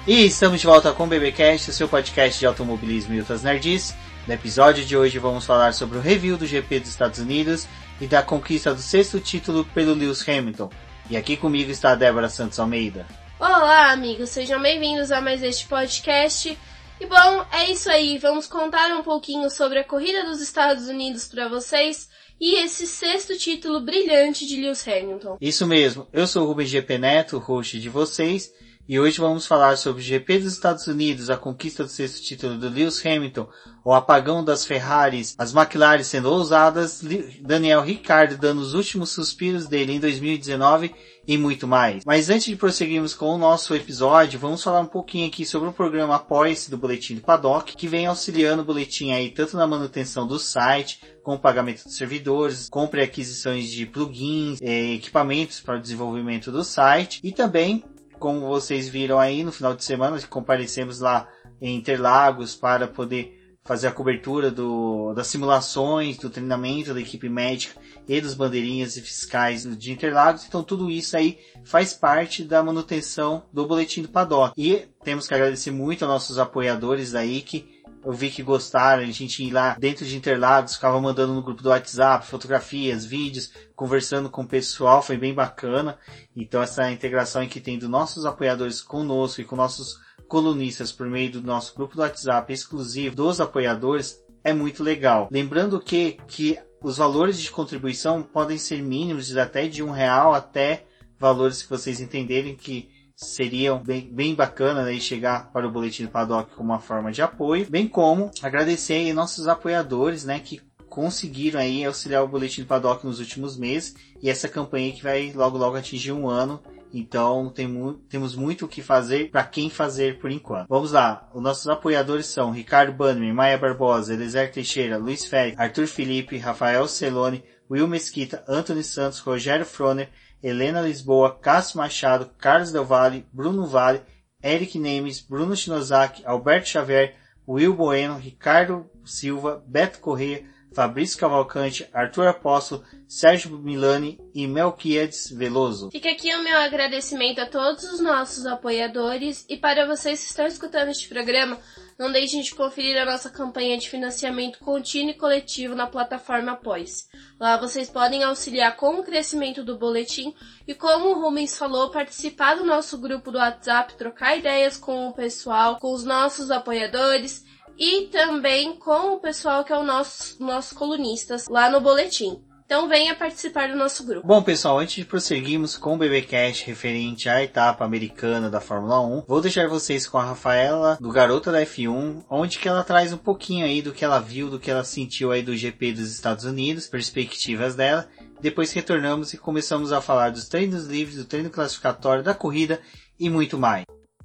E estamos de volta com o BBcast, o seu podcast de automobilismo e outras nerds. No episódio de hoje vamos falar sobre o review do GP dos Estados Unidos e da conquista do 6º título pelo Lewis Hamilton. E aqui comigo está a Débora Santos Almeida. Olá, amigos, sejam bem-vindos a mais este podcast. E bom, é isso aí, vamos contar um pouquinho sobre a corrida dos Estados Unidos para vocês e esse 6º título brilhante de Lewis Hamilton. Isso mesmo, eu sou o Rubens GP Neto, host de vocês. E hoje vamos falar sobre o GP dos Estados Unidos, a conquista do 6º título do Lewis Hamilton, o apagão das Ferraris, as McLaren sendo ousadas, Daniel Ricciardo dando os últimos suspiros dele em 2019 e muito mais. Mas antes de prosseguirmos com o nosso episódio, vamos falar um pouquinho aqui sobre o programa Apoie-se do Boletim do Paddock, que vem auxiliando o Boletim aí tanto na manutenção do site, com o pagamento dos servidores, compra e aquisições de plugins, equipamentos para o desenvolvimento do site e também, como vocês viram aí no final de semana, comparecemos lá em Interlagos para poder fazer a cobertura das simulações, do treinamento da equipe médica e dos bandeirinhas e fiscais de Interlagos. Então tudo isso aí faz parte da manutenção do Boletim do Paddock. E temos que agradecer muito aos nossos apoiadores aí que eu vi que gostaram, a gente ia lá dentro de Interlagos, ficava mandando no grupo do WhatsApp, fotografias, vídeos, conversando com o pessoal, foi bem bacana. Então essa integração que tem dos nossos apoiadores conosco e com nossos colunistas por meio do nosso grupo do WhatsApp exclusivo dos apoiadores é muito legal. Lembrando que os valores de contribuição podem ser mínimos, até de R$1 até valores que vocês entenderem que seriam bem bacana, né, chegar para o Boletim do Paddock como uma forma de apoio, bem como agradecer aí nossos apoiadores, né, que conseguiram aí auxiliar o Boletim do Paddock nos últimos meses, e essa campanha que vai logo atingir 1 ano, então temos muito o que fazer para quem fazer por enquanto. Vamos lá, os nossos apoiadores são Ricardo Bannerman, Maia Barbosa, Eliezer Teixeira, Luiz Félix, Arthur Felipe, Rafael Celone, Will Mesquita, Antony Santos, Rogério Froner, Helena Lisboa, Cássio Machado, Carlos Del Valle, Bruno Vale, Eric Nemes, Bruno Shinozaki, Alberto Xavier, Will Bueno, Ricardo Silva, Beto Corrêa, Fabrício Cavalcante, Arthur Apóstolo, Sérgio Milani e Melquiades Veloso. Fica aqui o meu agradecimento a todos os nossos apoiadores e para vocês que estão escutando este programa, não deixem de conferir a nossa campanha de financiamento contínuo e coletivo na plataforma Apoie-se. Lá vocês podem auxiliar com o crescimento do boletim e, como o Rubens falou, participar do nosso grupo do WhatsApp, trocar ideias com o pessoal, com os nossos apoiadores e também com o pessoal que é o nossos colunistas lá no boletim. Então venha participar do nosso grupo. Bom, pessoal, antes de prosseguirmos com o BBcast referente à etapa americana da Fórmula 1, vou deixar vocês com a Rafaela, do Garota da F1, onde que ela traz um pouquinho aí do que ela viu, do que ela sentiu aí do GP dos Estados Unidos, perspectivas dela. Depois retornamos e começamos a falar dos treinos livres, do treino classificatório, da corrida e muito mais.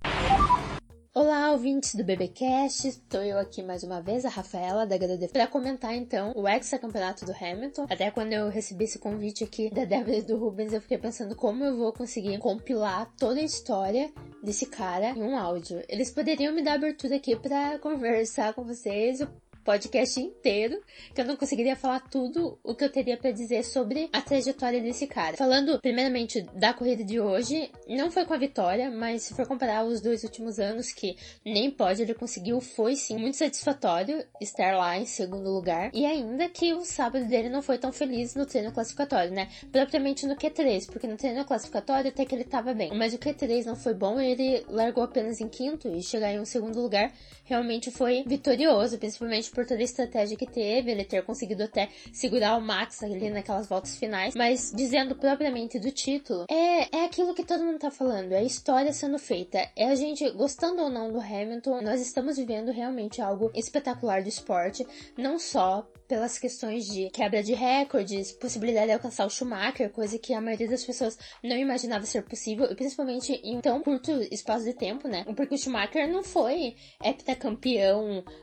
Olá, ouvintes do BBcast, estou eu aqui mais uma vez, a Rafaela da HDD, para comentar então o hexacampeonato do Hamilton. Até quando eu recebi esse convite aqui da Débora e do Rubens, eu fiquei pensando como eu vou conseguir compilar toda a história desse cara em um áudio. Eles poderiam me dar abertura aqui para conversar com vocês o podcast inteiro, que eu não conseguiria falar tudo o que eu teria para dizer sobre a trajetória desse cara. Falando primeiramente da corrida de hoje, não foi com a vitória, mas se for comparar os 2 últimos anos, que nem pode ele conseguiu, foi sim muito satisfatório estar lá em segundo lugar, e ainda que o sábado dele não foi tão feliz no treino classificatório, né? Propriamente no Q3, porque no treino classificatório até que ele tava bem, mas o Q3 não foi bom, ele largou apenas em quinto e chegar em um segundo lugar realmente foi vitorioso, principalmente por toda a estratégia que teve, ele ter conseguido até segurar o Max ali naquelas voltas finais, mas dizendo propriamente do título, é aquilo que todo mundo tá falando, é a história sendo feita, é a gente gostando ou não do Hamilton, nós estamos vivendo realmente algo espetacular do esporte, não só pelas questões de quebra de recordes, possibilidade de alcançar o Schumacher, coisa que a maioria das pessoas não imaginava ser possível, e principalmente em tão curto espaço de tempo, né? Porque o Schumacher não foi heptacampeão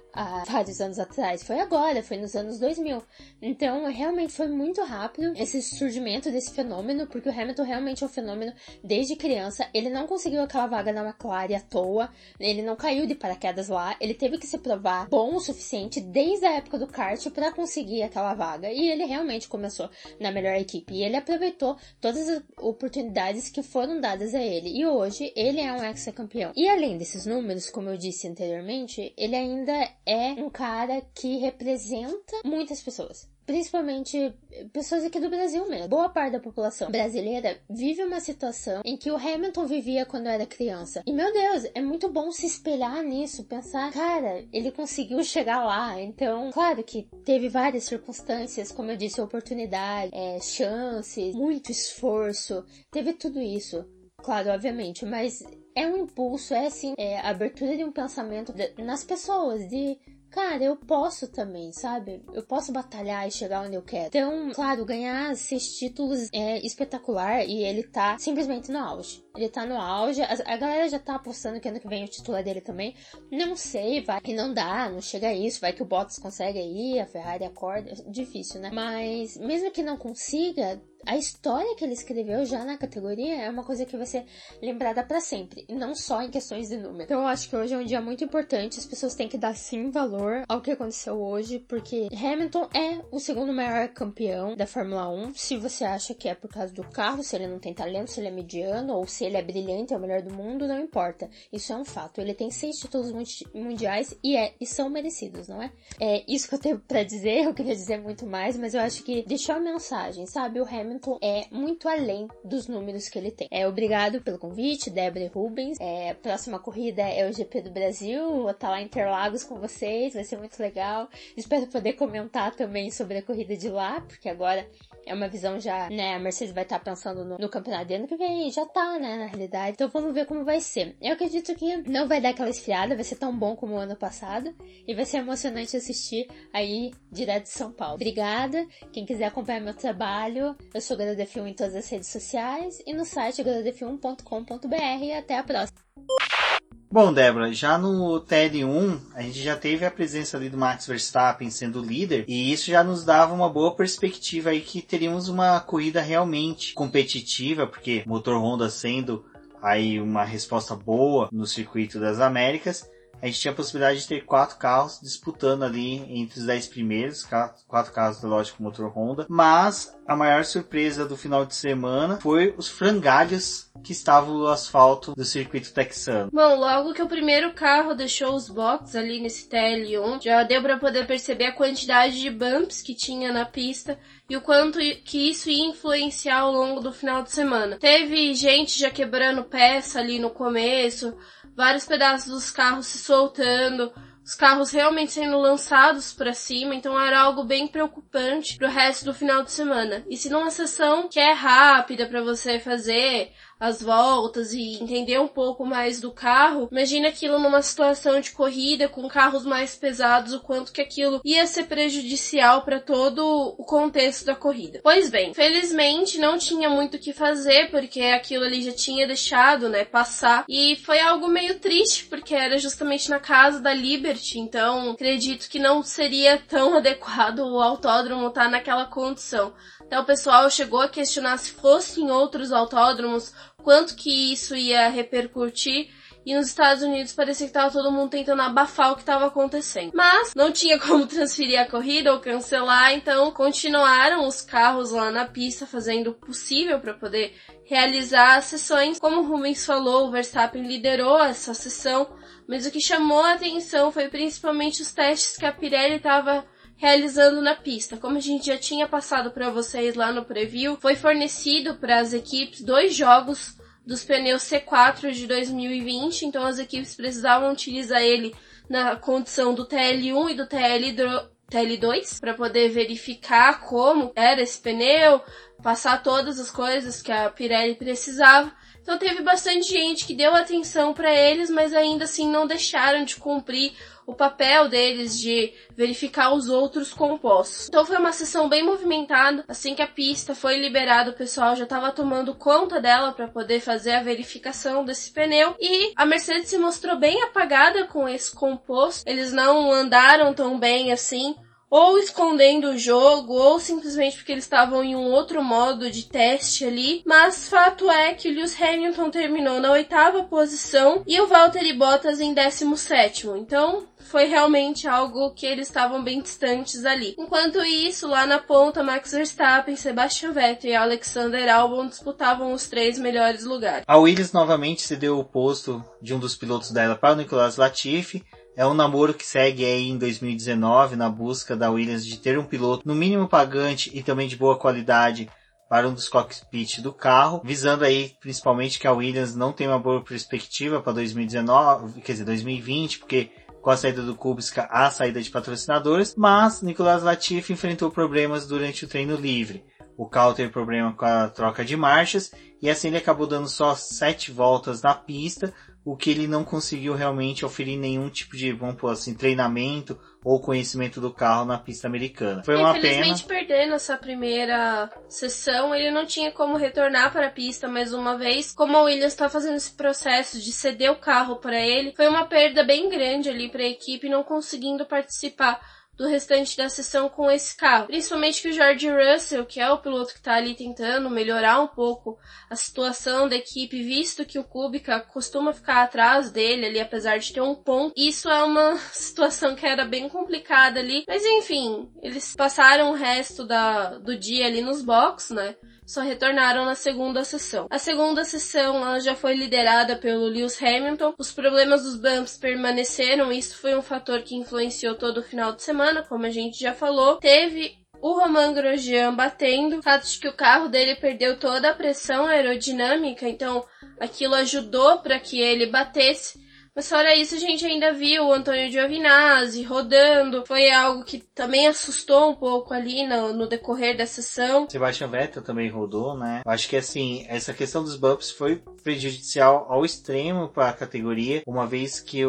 há vários anos atrás, foi agora, foi nos anos 2000. Então, realmente foi muito rápido esse surgimento desse fenômeno, porque o Hamilton realmente é um fenômeno desde criança. Ele não conseguiu aquela vaga na McLaren à toa, ele não caiu de paraquedas lá, ele teve que se provar bom o suficiente desde a época do kart para conseguir aquela vaga. E ele realmente começou na melhor equipe, e ele aproveitou todas as oportunidades que foram dadas a ele. E hoje, ele é um ex-campeão. E além desses números, como eu disse anteriormente, ele ainda é um cara que representa muitas pessoas. Principalmente pessoas aqui do Brasil mesmo. Boa parte da população brasileira vive uma situação em que o Hamilton vivia quando era criança. E, meu Deus, é muito bom se espelhar nisso, pensar, cara, ele conseguiu chegar lá. Então, claro que teve várias circunstâncias, como eu disse, oportunidade, chances, muito esforço, teve tudo isso. Claro, obviamente, mas é um impulso, assim, a abertura de um pensamento nas pessoas, de... Cara, eu posso também, sabe? Eu posso batalhar e chegar onde eu quero. Então, claro, ganhar 6 títulos é espetacular e ele tá simplesmente no auge. Ele tá no auge, a galera já tá apostando que ano que vem o título é dele também. Não sei, vai que não dá, não chega a isso, vai que o Bottas consegue aí, a Ferrari acorda, difícil, né? Mas, mesmo que não consiga, a história que ele escreveu já na categoria é uma coisa que vai ser lembrada pra sempre, e não só em questões de número. Então eu acho que hoje é um dia muito importante, as pessoas têm que dar sim valor ao que aconteceu hoje, porque Hamilton é o segundo maior campeão da Fórmula 1. Se você acha que é por causa do carro, se ele não tem talento, se ele é mediano, ou se ele é brilhante, é o melhor do mundo, não importa. Isso é um fato. Ele tem 6 títulos mundiais e são merecidos, não é? É isso que eu tenho pra dizer, eu queria dizer muito mais, mas eu acho que deixou a mensagem, sabe? O Hamilton é muito além dos números que ele tem. Obrigado pelo convite, Débora e Rubens. A próxima corrida é o GP do Brasil, vou estar lá em Interlagos com vocês, vai ser muito legal. Espero poder comentar também sobre a corrida de lá, porque agora é uma visão já, né, a Mercedes vai estar pensando no campeonato de ano que vem, já tá, né, na realidade. Então vamos ver como vai ser. Eu acredito que não vai dar aquela esfriada, vai ser tão bom como o ano passado, e vai ser emocionante assistir aí direto de São Paulo. Obrigada. Quem quiser acompanhar meu trabalho, eu sou Garota F1 em todas as redes sociais e no site garotaf1.com.br. e até a próxima. Bom, Débora, já no TL1 a gente já teve a presença ali do Max Verstappen sendo líder, e isso já nos dava uma boa perspectiva aí que teríamos uma corrida realmente competitiva, porque motor Honda sendo aí uma resposta boa no circuito das Américas, a gente tinha a possibilidade de ter 4 carros disputando ali entre os 10 primeiros, 4 carros, lógico, motor Honda. Mas a maior surpresa do final de semana foi os frangalhos que estavam no asfalto do circuito texano. Bom, logo que o primeiro carro deixou os boxes ali nesse TL1, já deu para poder perceber a quantidade de bumps que tinha na pista e o quanto que isso ia influenciar ao longo do final de semana. Teve gente já quebrando peça ali no começo, vários pedaços dos carros se soltando, os carros realmente sendo lançados para cima, então era algo bem preocupante pro resto do final de semana. E se numa sessão que é rápida para você fazer as voltas e entender um pouco mais do carro, imagina aquilo numa situação de corrida com carros mais pesados, o quanto que aquilo ia ser prejudicial para todo o contexto da corrida. Pois bem, felizmente não tinha muito o que fazer, porque aquilo ali já tinha deixado, né, passar, e foi algo meio triste, porque era justamente na casa da Liberty, então acredito que não seria tão adequado o autódromo estar naquela condição. Então o pessoal chegou a questionar se fosse em outros autódromos, quanto que isso ia repercutir, e nos Estados Unidos parecia que estava todo mundo tentando abafar o que estava acontecendo. Mas não tinha como transferir a corrida ou cancelar, então continuaram os carros lá na pista fazendo o possível para poder realizar as sessões. Como o Rubens falou, o Verstappen liderou essa sessão, mas o que chamou a atenção foi principalmente os testes que a Pirelli estava realizando na pista. Como a gente já tinha passado para vocês lá no preview, foi fornecido para as equipes 2 jogos dos pneus C4 de 2020, então as equipes precisavam utilizar ele na condição do TL1 e do TL2 para poder verificar como era esse pneu, passar todas as coisas que a Pirelli precisava. Então teve bastante gente que deu atenção para eles, mas ainda assim não deixaram de cumprir o papel deles de verificar os outros compostos. Então foi uma sessão bem movimentada. Assim que a pista foi liberada, o pessoal já estava tomando conta dela para poder fazer a verificação desse pneu. E a Mercedes se mostrou bem apagada com esse composto. Eles não andaram tão bem assim, ou escondendo o jogo, ou simplesmente porque eles estavam em um outro modo de teste ali. Mas fato é que o Lewis Hamilton terminou na 8ª posição e o Valtteri Bottas em 17º. Então foi realmente algo que eles estavam bem distantes ali. Enquanto isso, lá na ponta, Max Verstappen, Sebastian Vettel e Alexander Albon disputavam os 3 melhores lugares. A Williams novamente cedeu o posto de um dos pilotos dela para o Nicolas Latifi. É um namoro que segue aí em 2019 na busca da Williams de ter um piloto no mínimo pagante e também de boa qualidade para um dos cockpits do carro, visando aí principalmente que a Williams não tem uma boa perspectiva para 2020, porque com a saída do Kubica, a saída de patrocinadores, mas Nicolas Latifi enfrentou problemas durante o treino livre. O carro teve problema com a troca de marchas e assim ele acabou dando só 7 voltas na pista, o que ele não conseguiu realmente oferir nenhum tipo de, vamos pôr assim, treinamento ou conhecimento do carro na pista americana. Foi uma pena. Infelizmente, perdendo essa primeira sessão, ele não tinha como retornar para a pista mais uma vez. Como a Williams está fazendo esse processo de ceder o carro para ele, foi uma perda bem grande ali para a equipe, não conseguindo participar do restante da sessão com esse carro. Principalmente que o George Russell, que é o piloto que está ali tentando melhorar um pouco a situação da equipe, visto que o Kubica costuma ficar atrás dele ali, apesar de ter um ponto. Isso é uma situação que era bem complicada ali. Mas enfim, eles passaram o resto do dia ali nos boxes, né? Só retornaram na segunda sessão. A segunda sessão ela já foi liderada pelo Lewis Hamilton. Os problemas dos bumps permaneceram. Isso foi um fator que influenciou todo o final de semana, como a gente já falou. Teve o Romain Grosjean batendo. O fato de que o carro dele perdeu toda a pressão aerodinâmica, então aquilo ajudou para que ele batesse. Mas fora isso, a gente ainda viu o Antônio Giovinazzi rodando. Foi algo que também assustou um pouco ali no decorrer da sessão. Sebastian Vettel também rodou, né? Eu acho que assim, essa questão dos bumps foi prejudicial ao extremo para a categoria, uma vez que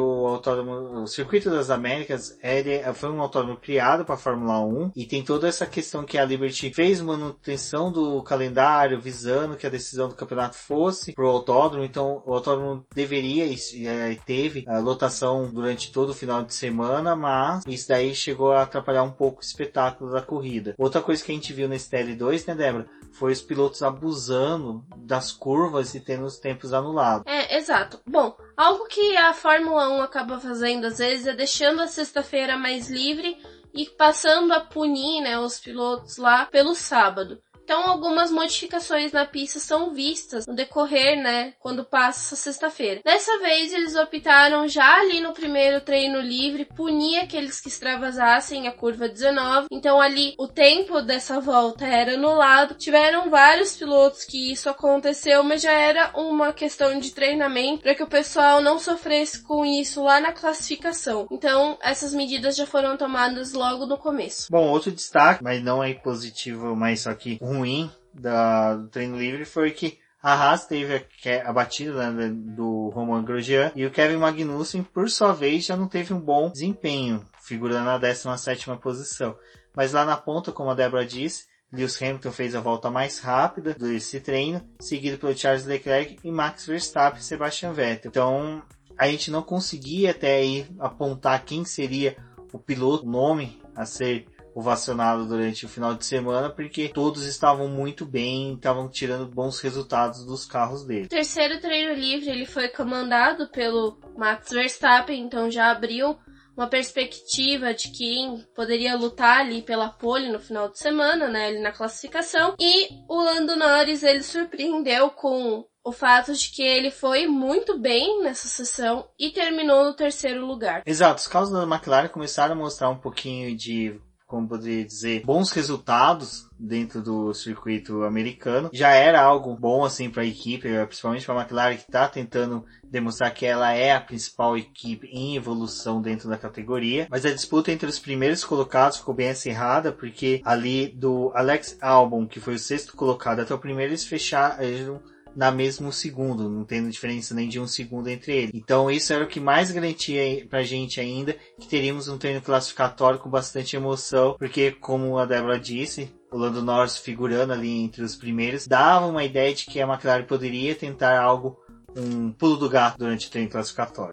o Circuito das Américas foi um autódromo criado para a Fórmula 1 e tem toda essa questão que a Liberty fez manutenção do calendário, visando que a decisão do campeonato fosse pro autódromo. Então o autódromo deveria teve a lotação durante todo o final de semana, mas isso daí chegou a atrapalhar um pouco o espetáculo da corrida. Outra coisa que a gente viu nesse TL2, né, Débora, foi os pilotos abusando das curvas e tendo os tempos anulados. Exato. Bom, algo que a Fórmula 1 acaba fazendo às vezes é deixando a sexta-feira mais livre e passando a punir, né, os pilotos lá pelo sábado. Então, algumas modificações na pista são vistas no decorrer, né, quando passa sexta-feira. Dessa vez, eles optaram já ali no primeiro treino livre, punir aqueles que extravasassem a curva 19. Então, ali, o tempo dessa volta era anulado. Tiveram vários pilotos que isso aconteceu, mas já era uma questão de treinamento para que o pessoal não sofresse com isso lá na classificação. Então, essas medidas já foram tomadas logo no começo. Bom, outro destaque, mas não é positivo, mas só que ruim do treino livre, foi que a Haas teve a batida, né, do Romain Grosjean, e o Kevin Magnussen, por sua vez, já não teve um bom desempenho, figurando na 17ª posição. Mas lá na ponta, como a Débora disse, Lewis Hamilton fez a volta mais rápida desse treino, seguido pelo Charles Leclerc e Max Verstappen e Sebastian Vettel. Então, a gente não conseguia até aí apontar quem seria o piloto, o nome a ser ovacionado durante o final de semana, porque todos estavam muito bem, estavam tirando bons resultados dos carros dele. O terceiro treino livre ele foi comandado pelo Max Verstappen, então já abriu uma perspectiva de quem poderia lutar ali pela pole no final de semana, né, ali na classificação. E o Lando Norris, ele surpreendeu com o fato de que ele foi muito bem nessa sessão e terminou no terceiro lugar. Exato, os carros da McLaren começaram a mostrar um pouquinho de, como poderia dizer, bons resultados dentro do circuito americano. Já era algo bom assim para a equipe, principalmente para a McLaren, que está tentando demonstrar que ela é a principal equipe em evolução dentro da categoria. Mas a disputa entre os primeiros colocados ficou bem acirrada, porque ali do Alex Albon, que foi o sexto colocado, até o primeiro, eles fecharam na mesmo segundo, não tendo diferença nem de um segundo entre eles. Então isso era o que mais garantia pra gente ainda, que teríamos um treino classificatório com bastante emoção, porque como a Débora disse, o Lando Norris figurando ali entre os primeiros, dava uma ideia de que a McLaren poderia tentar um pulo do gato durante o treino classificatório.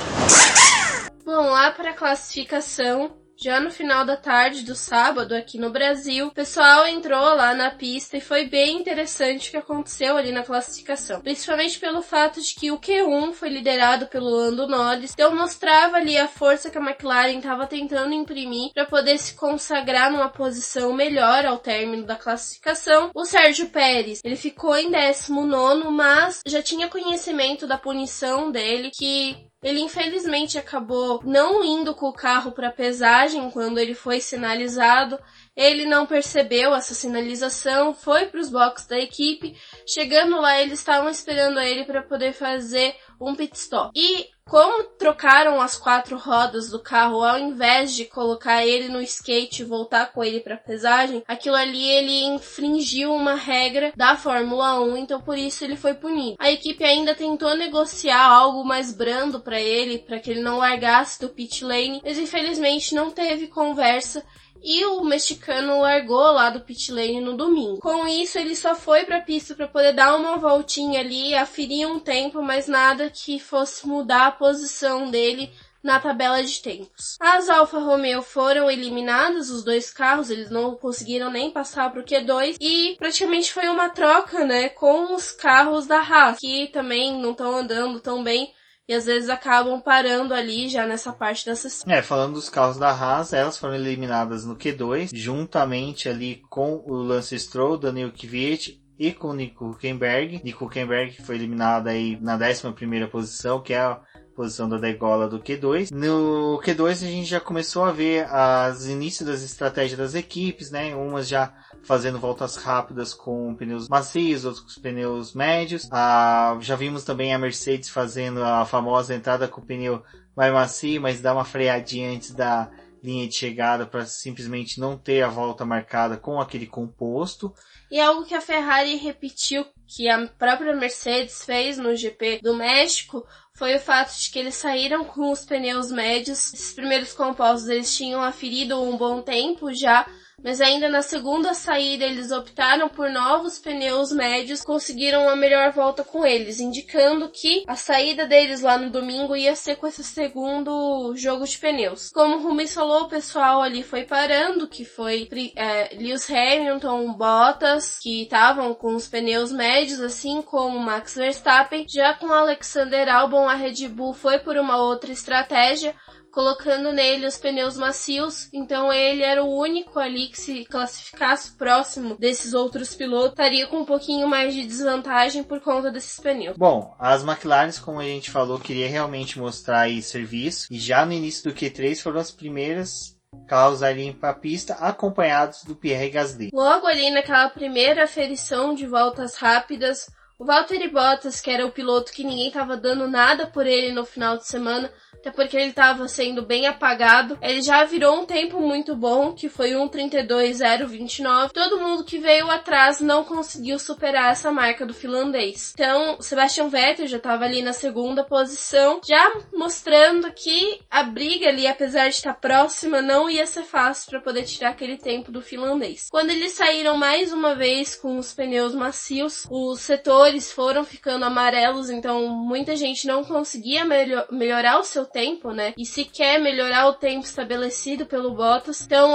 Bom, lá para a classificação, já no final da tarde do sábado aqui no Brasil, o pessoal entrou lá na pista e foi bem interessante o que aconteceu ali na classificação. Principalmente pelo fato de que o Q1 foi liderado pelo Lando Norris, então mostrava ali a força que a McLaren estava tentando imprimir para poder se consagrar numa posição melhor ao término da classificação. O Sérgio Pérez, ele ficou em 19º, mas já tinha conhecimento da punição dele, que ele infelizmente acabou não indo com o carro para pesagem quando ele foi sinalizado. Ele não percebeu essa sinalização, foi para os boxes da equipe. Chegando lá, eles estavam esperando ele para poder fazer um pit stop. E como trocaram as 4 rodas do carro, ao invés de colocar ele no skate e voltar com ele para pesagem, aquilo ali ele infringiu uma regra da Fórmula 1, então por isso ele foi punido. A equipe ainda tentou negociar algo mais brando para ele, para que ele não largasse do pit lane, mas infelizmente não teve conversa. E o mexicano largou lá do pit lane no domingo. Com isso, ele só foi pra pista para poder dar uma voltinha ali, aferir um tempo, mas nada que fosse mudar a posição dele na tabela de tempos. As Alfa Romeo foram eliminadas, os 2 carros, eles não conseguiram nem passar pro Q2, e praticamente foi uma troca, né, com os carros da Haas, que também não estão andando tão bem, e às vezes acabam parando ali já nessa parte da sessão. Falando dos carros da Haas, elas foram eliminadas no Q2, juntamente ali com o Lance Stroll, Daniil Kvyat e com o Nico Hülkenberg. Nico Hülkenberg foi eliminado aí na 11ª posição, que é a posição da degola do Q2. No Q2 a gente já começou a ver os inícios das estratégias das equipes, né? Umas já fazendo voltas rápidas com pneus macios, outros com pneus médios. Já vimos também a Mercedes fazendo a famosa entrada com o pneu mais macio, mas dá uma freadinha antes da linha de chegada para simplesmente não ter a volta marcada com aquele composto. E algo que a Ferrari repetiu, que a própria Mercedes fez no GP do México, foi o fato de que eles saíram com os pneus médios. Esses primeiros compostos eles tinham aferido um bom tempo já, mas ainda na segunda saída eles optaram por novos pneus médios, conseguiram uma melhor volta com eles, indicando que a saída deles lá no domingo ia ser com esse segundo jogo de pneus. Como o Rumi falou, o pessoal ali foi parando, que foi Lewis Hamilton, Bottas, que estavam com os pneus médios, assim como Max Verstappen. Já com Alexander Albon, a Red Bull foi por uma outra estratégia, colocando nele os pneus macios, então ele era o único ali que, se classificasse próximo desses outros pilotos, estaria com um pouquinho mais de desvantagem por conta desses pneus. Bom, as McLaren, como a gente falou, queria realmente mostrar aí serviço, e já no início do Q3 foram as primeiras carros a irem para a pista, acompanhados do Pierre Gasly. Logo ali naquela primeira aferição de voltas rápidas, o Valtteri Bottas, que era o piloto que ninguém estava dando nada por ele no final de semana, até porque ele estava sendo bem apagado, ele já virou um tempo muito bom, que foi 1:32.029. Todo mundo que veio atrás não conseguiu superar essa marca do finlandês. Então, Sebastian Vettel já estava ali na segunda posição, já mostrando que a briga ali, apesar de estar próxima, não ia ser fácil para poder tirar aquele tempo do finlandês. Quando eles saíram mais uma vez com os pneus macios, os setores foram ficando amarelos, então muita gente não conseguia melhorar o seu tempo, né? E sequer melhorar o tempo estabelecido pelo Bottas. Então,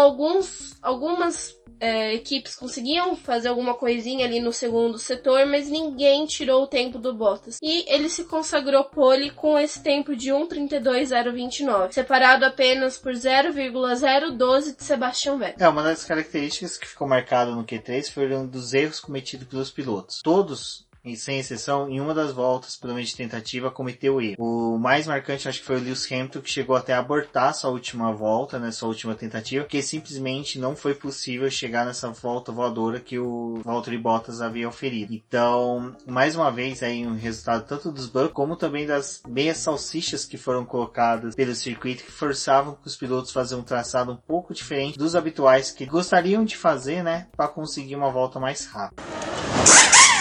algumas equipes conseguiam fazer alguma coisinha ali no segundo setor, mas ninguém tirou o tempo do Bottas. E ele se consagrou pole com esse tempo de 1:32.029, separado apenas por 0,012 de Sebastian Vettel. Uma das características que ficou marcada no Q3 foram dos erros cometidos pelos pilotos. Todos, sem exceção, em uma das voltas, pelo menos de tentativa, cometeu erro. O mais marcante, acho que foi o Lewis Hamilton, que chegou até a abortar sua última volta, né, sua última tentativa, porque simplesmente não foi possível chegar nessa volta voadora que o Valtteri Bottas havia oferido. Então, mais uma vez, aí um resultado tanto dos bugs, como também das meias salsichas que foram colocadas pelo circuito, que forçavam os pilotos a fazer um traçado um pouco diferente dos habituais que gostariam de fazer, né, para conseguir uma volta mais rápida.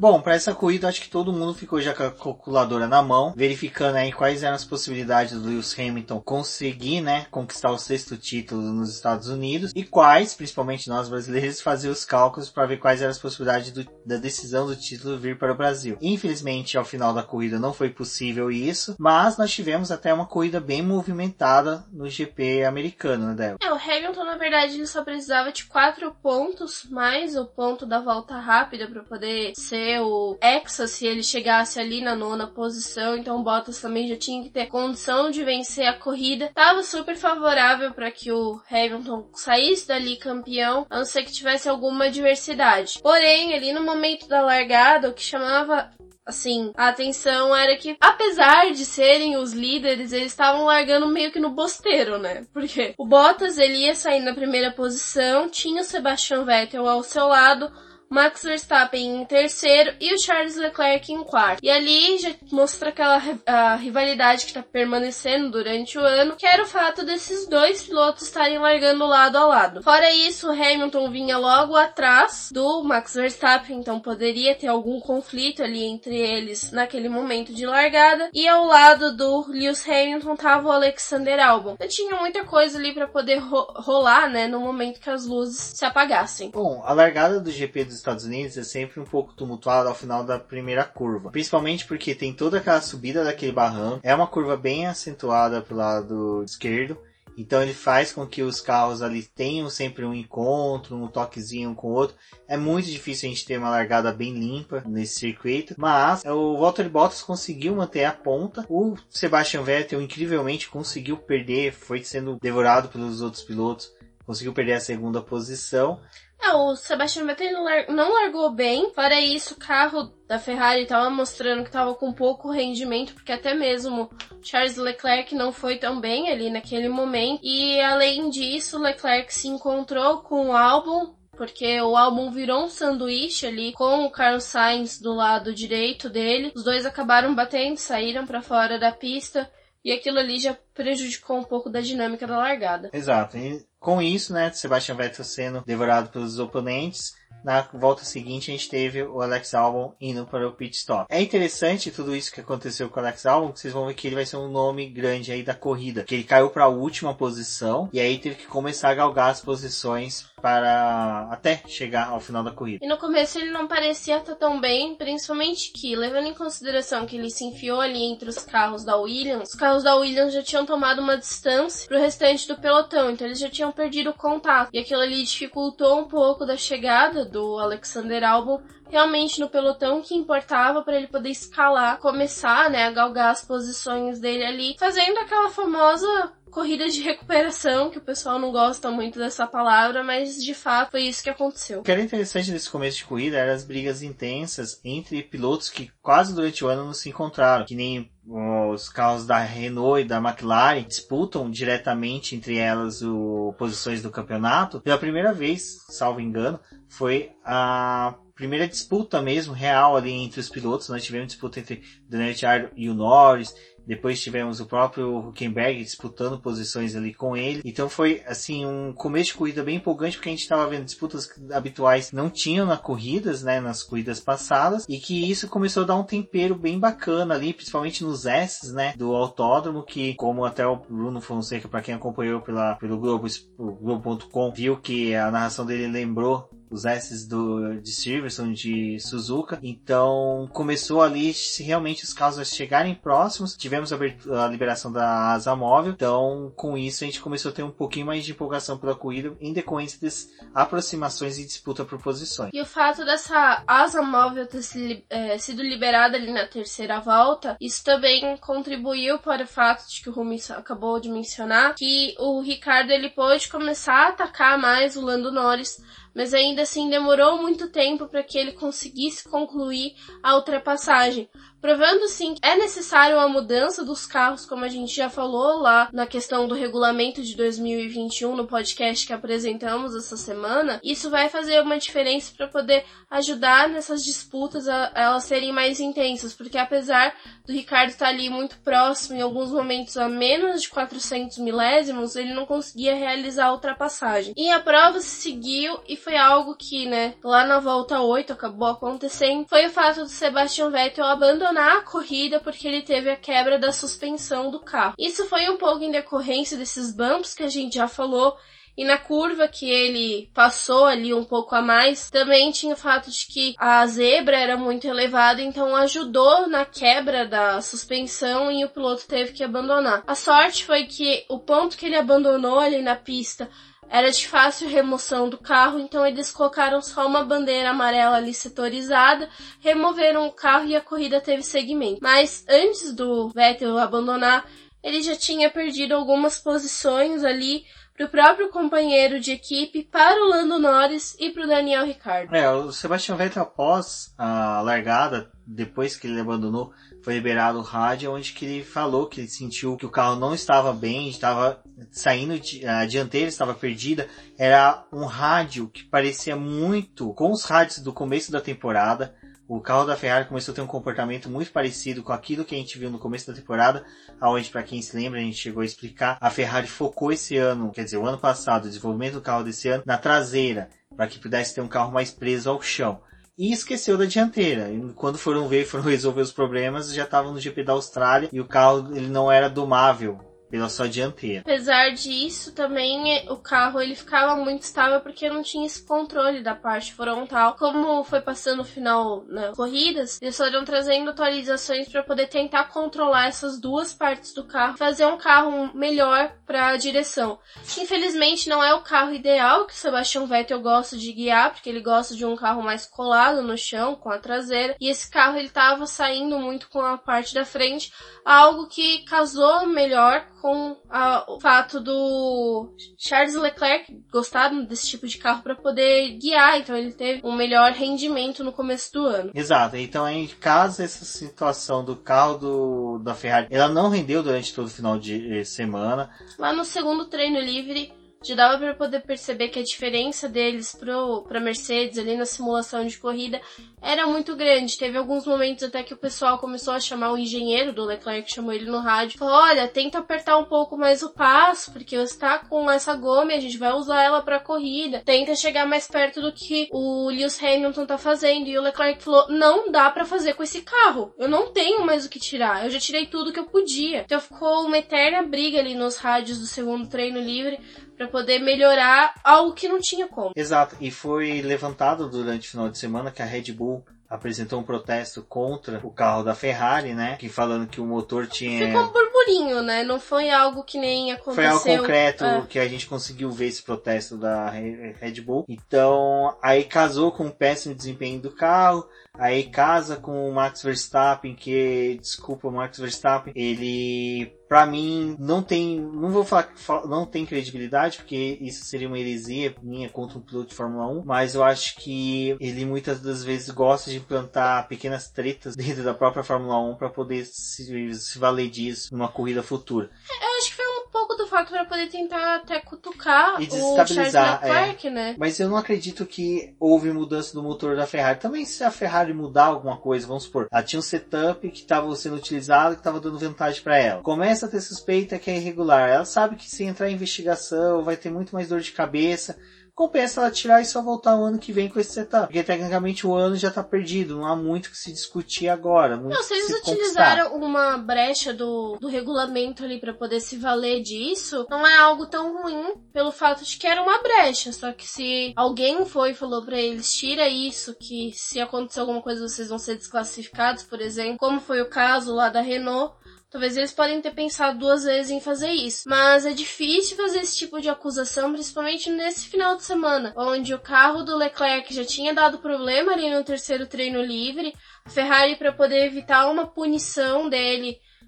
Bom, para essa corrida acho que todo mundo ficou já com a calculadora na mão, verificando aí quais eram as possibilidades do Lewis Hamilton conseguir, né, conquistar o 6º título nos Estados Unidos e quais, principalmente nós brasileiros, fazer os cálculos para ver quais eram as possibilidades da decisão do título vir para o Brasil. Infelizmente, ao final da corrida não foi possível isso, mas nós tivemos até uma corrida bem movimentada no GP americano, né, Débora? O Hamilton, na verdade, ele só precisava de 4 pontos, mais o ponto da volta rápida para poder ser o hexa se ele chegasse ali na 9ª posição, então o Bottas também já tinha que ter condição de vencer a corrida. Tava super favorável para que o Hamilton saísse dali campeão, a não ser que tivesse alguma adversidade. Porém, ali no momento da largada, o que chamava assim, a atenção era que, apesar de serem os líderes, eles estavam largando meio que no bosteiro, né? Porque o Bottas, ele ia sair na primeira posição, tinha o Sebastian Vettel ao seu lado, Max Verstappen em terceiro e o Charles Leclerc em quarto. E ali já mostra aquela a rivalidade que tá permanecendo durante o ano, que era o fato desses dois pilotos estarem largando lado a lado. Fora isso, o Hamilton vinha logo atrás do Max Verstappen, então poderia ter algum conflito ali entre eles naquele momento de largada. E ao lado do Lewis Hamilton tava o Alexander Albon. Então tinha muita coisa ali para poder rolar, né, no momento que as luzes se apagassem. Bom, a largada do GP dos Estados Unidos é sempre um pouco tumultuada ao final da primeira curva, principalmente porque tem toda aquela subida daquele barranco, é uma curva bem acentuada pro lado esquerdo, então ele faz com que os carros ali tenham sempre um encontro, um toquezinho um com o outro. É muito difícil a gente ter uma largada bem limpa nesse circuito, mas o Valtteri Bottas conseguiu manter a ponta, o Sebastian Vettel incrivelmente conseguiu perder, foi sendo devorado pelos outros pilotos, conseguiu perder a segunda posição. O Sebastian Vettel não largou bem. Fora isso, o carro da Ferrari estava mostrando que estava com pouco rendimento, porque até mesmo Charles Leclerc não foi tão bem ali naquele momento. E além disso, o Leclerc se encontrou com o Albon, porque o Albon virou um sanduíche ali com o Carlos Sainz do lado direito dele. Os dois acabaram batendo, saíram para fora da pista. E aquilo ali já prejudicou um pouco da dinâmica da largada. Exato. E com isso, né, Sebastian Vettel sendo devorado pelos oponentes, na volta seguinte a gente teve o Alex Albon indo para o pit stop. É interessante tudo isso que aconteceu com o Alex Albon, que vocês vão ver que ele vai ser um nome grande aí da corrida, que ele caiu para a última posição e aí teve que começar a galgar as posições para até chegar ao final da corrida. E no começo ele não parecia estar tão bem, principalmente que, levando em consideração que ele se enfiou ali entre os carros da Williams, os carros da Williams já tinham tomado uma distância pro restante do pelotão, então eles já tinham perdido o contato. E aquilo ali dificultou um pouco da chegada do Alexander Albon realmente no pelotão, que importava para ele poder escalar, começar, né, a galgar as posições dele ali, fazendo aquela famosa corrida de recuperação, que o pessoal não gosta muito dessa palavra, mas de fato foi isso que aconteceu. O que era interessante nesse começo de corrida eram as brigas intensas entre pilotos que quase durante o ano não se encontraram, que nem os carros da Renault e da McLaren disputam diretamente entre elas posições do campeonato. Pela primeira vez, salvo engano, foi a primeira disputa mesmo real ali entre os pilotos. Nós tivemos disputa entre Daniel Ricciardo e o Norris. Depois tivemos o próprio Hülkenberg disputando posições ali com ele. Então foi assim um começo de corrida bem empolgante, porque a gente estava vendo disputas habituais não tinham nas corridas, né, nas corridas passadas, e que isso começou a dar um tempero bem bacana ali, principalmente nos S's, né, do autódromo, que como até o Bruno Fonseca, para quem acompanhou pelo Globo.com, viu que a narração dele lembrou os S's de Silverstone, de Suzuka. Então começou ali realmente os carros a chegarem próximos. Tivemos a liberação da asa móvel. Então com isso a gente começou a ter um pouquinho mais de empolgação pela corrida em decorrência das aproximações e disputa por posições. E o fato dessa asa móvel ter sido liberada ali na terceira volta, isso também contribuiu para o fato de que o Rumi acabou de mencionar, que o Ricardo ele pôde começar a atacar mais o Lando Norris, mas ainda assim demorou muito tempo para que ele conseguisse concluir a ultrapassagem. provando sim que é necessário uma mudança dos carros, como a gente já falou lá na questão do regulamento de 2021 no podcast que apresentamos essa semana. Isso vai fazer uma diferença para poder ajudar nessas disputas a elas serem mais intensas, porque apesar do Ricciardo estar ali muito próximo, em alguns momentos a menos de 400 milésimos, ele não conseguia realizar a ultrapassagem. E a prova se seguiu e foi algo que, lá na volta 8 acabou acontecendo, foi o fato do Sebastian Vettel abandonar a corrida porque ele teve a quebra da suspensão do carro. Isso foi um pouco em decorrência desses bumps que a gente já falou, e na curva que ele passou ali um pouco a mais, também tinha o fato de que a zebra era muito elevada, então ajudou na quebra da suspensão e o piloto teve que abandonar. A sorte foi que o ponto que ele abandonou ali na pista era de fácil remoção do carro, então eles colocaram só uma bandeira amarela ali setorizada, removeram o carro e a corrida teve seguimento. Mas antes do Vettel abandonar, ele já tinha perdido algumas posições ali para o próprio companheiro de equipe, para o Lando Norris e para o Daniel Ricciardo. O Sebastian Vettel, após a largada, depois que ele abandonou, foi liberado o rádio, onde que ele falou que ele sentiu que o carro não estava bem, estava saindo, a dianteira estava perdida. Era um rádio que parecia muito com os rádios do começo da temporada. O carro da Ferrari começou a ter um comportamento muito parecido com aquilo que a gente viu no começo da temporada, onde, para quem se lembra, a gente chegou a explicar, a Ferrari focou esse ano, quer dizer, o ano passado, o desenvolvimento do carro desse ano, na traseira, para que pudesse ter um carro mais preso ao chão. E esqueceu da dianteira. E quando foram resolver os problemas, já estavam no GP da Austrália e o carro ele não era domável pela sua dianteira. Apesar disso, também o carro ele ficava muito estável porque não tinha esse controle da parte frontal. Como foi passando o final nas corridas, eles foram trazendo atualizações para poder tentar controlar essas duas partes do carro, fazer um carro melhor para a direção. Infelizmente não é o carro ideal que o Sebastian Vettel gosta de guiar, porque ele gosta de um carro mais colado no chão, com a traseira, e esse carro ele estava saindo muito com a parte da frente, algo que casou melhor com o fato do Charles Leclerc gostar desse tipo de carro para poder guiar, então ele teve um melhor rendimento no começo do ano. Exato, então em caso essa situação do carro da Ferrari, ela não rendeu durante todo o final de semana. Lá no segundo treino livre, já dava para poder perceber que a diferença deles para Mercedes ali na simulação de corrida era muito grande. Teve alguns momentos até que o pessoal começou a chamar o engenheiro do Leclerc, chamou ele no rádio, falou: olha, tenta apertar um pouco mais o passo, porque você tá com essa goma e a gente vai usar ela pra corrida. Tenta chegar mais perto do que o Lewis Hamilton tá fazendo. E o Leclerc falou: não dá pra fazer com esse carro. Eu não tenho mais o que tirar. Eu já tirei tudo que eu podia. Então ficou uma eterna briga ali nos rádios do segundo treino livre para poder melhorar algo que não tinha como. Exato, e foi levantado durante o final de semana que a Red Bull apresentou um protesto contra o carro da Ferrari, né? Que falando que o motor tinha... Ficou um burburinho, né? Não foi algo que nem aconteceu. Foi algo concreto que a gente conseguiu ver esse protesto da Red Bull. Então, aí casou com o péssimo desempenho do carro. Aí casa com o Max Verstappen, que, desculpa, o Max Verstappen, ele, pra mim, não tem credibilidade, porque isso seria uma heresia minha contra um piloto de Fórmula 1, mas eu acho que ele muitas das vezes gosta de implantar pequenas tretas dentro da própria Fórmula 1 para poder se valer disso numa corrida futura. Eu acho que foi um pouco do fato para poder tentar até cutucar e desestabilizar, o Charles Leclerc, né? Mas eu não acredito que houve mudança do motor da Ferrari. Também se a Ferrari mudar alguma coisa, vamos supor, ela tinha um setup que estava sendo utilizado, que estava dando vantagem para ela. Começa a ter suspeita que é irregular. Ela sabe que se entrar em investigação vai ter muito mais dor de cabeça. Compensa ela tirar e só voltar o ano que vem com esse setup. Porque tecnicamente o ano já tá perdido. Não há muito que se discutir agora. Não, se eles utilizaram uma brecha do regulamento ali pra poder se valer disso, não é algo tão ruim pelo fato de que era uma brecha. Só que se alguém foi e falou pra eles, tira isso, que se acontecer alguma coisa vocês vão ser desclassificados, por exemplo, como foi o caso lá da Renault, talvez eles podem ter pensado duas vezes em fazer isso. Mas é difícil fazer esse tipo de acusação, principalmente nesse final de semana, onde o carro do Leclerc já tinha dado problema ali no terceiro treino livre. A Ferrari, para poder evitar uma punição dele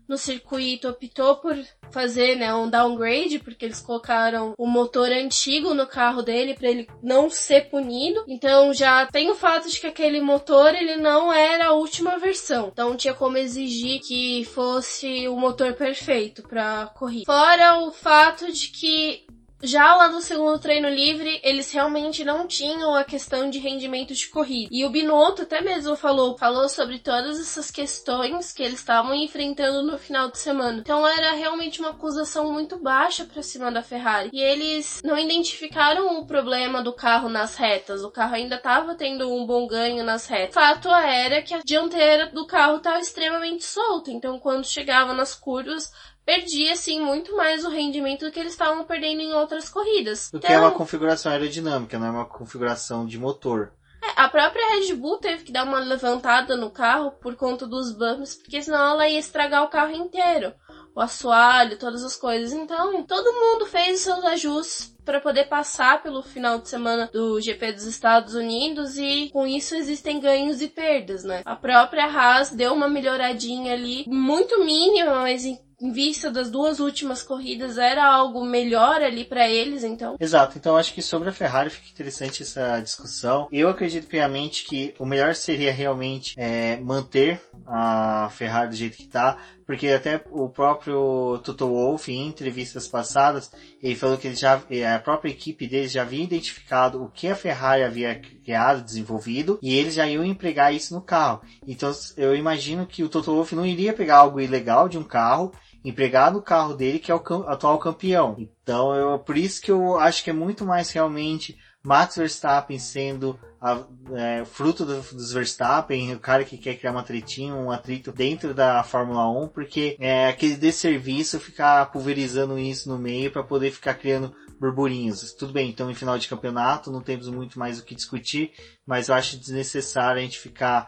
no circuito optou por fazer, né, um downgrade, porque eles colocaram o motor antigo no carro dele para ele não ser punido. Então já tem o fato de que aquele motor ele não era a última versão. Então tinha como exigir que fosse o motor perfeito para corrida. Fora o fato de que já lá no segundo treino livre, eles realmente não tinham a questão de rendimento de corrida. E o Binotto até mesmo falou sobre todas essas questões que eles estavam enfrentando no final de semana. Então era realmente uma acusação muito baixa para cima da Ferrari. E eles não identificaram o problema do carro nas retas. O carro ainda estava tendo um bom ganho nas retas. O fato era que a dianteira do carro estava extremamente solta. Então quando chegava nas curvas, perdia, assim, muito mais o rendimento do que eles estavam perdendo em outras corridas. O que é uma configuração aerodinâmica, não é uma configuração de motor. A própria Red Bull teve que dar uma levantada no carro por conta dos bumps, porque senão ela ia estragar o carro inteiro. O assoalho, todas as coisas. Então, todo mundo fez os seus ajustes para poder passar pelo final de semana do GP dos Estados Unidos e com isso existem ganhos e perdas, né? A própria Haas deu uma melhoradinha ali, muito mínima, mas em vista das duas últimas corridas era algo melhor ali para eles, então. Exato, então acho que sobre a Ferrari fica interessante essa discussão. Eu acredito piamente que o melhor seria realmente manter a Ferrari do jeito que tá, porque até o próprio Toto Wolff, em entrevistas passadas, ele falou que a própria equipe deles já havia identificado o que a Ferrari havia criado, desenvolvido, e eles já iam empregar isso no carro. Então eu imagino que o Toto Wolff não iria pegar algo ilegal de um carro, empregar no carro dele, que é o atual campeão. Então, por isso que eu acho que é muito mais realmente Max Verstappen sendo fruto dos Verstappen, o cara que quer criar um atrito dentro da Fórmula 1, porque é aquele desserviço ficar pulverizando isso no meio para poder ficar criando burburinhos. Tudo bem, então em final de campeonato não temos muito mais o que discutir, mas eu acho desnecessário a gente ficar,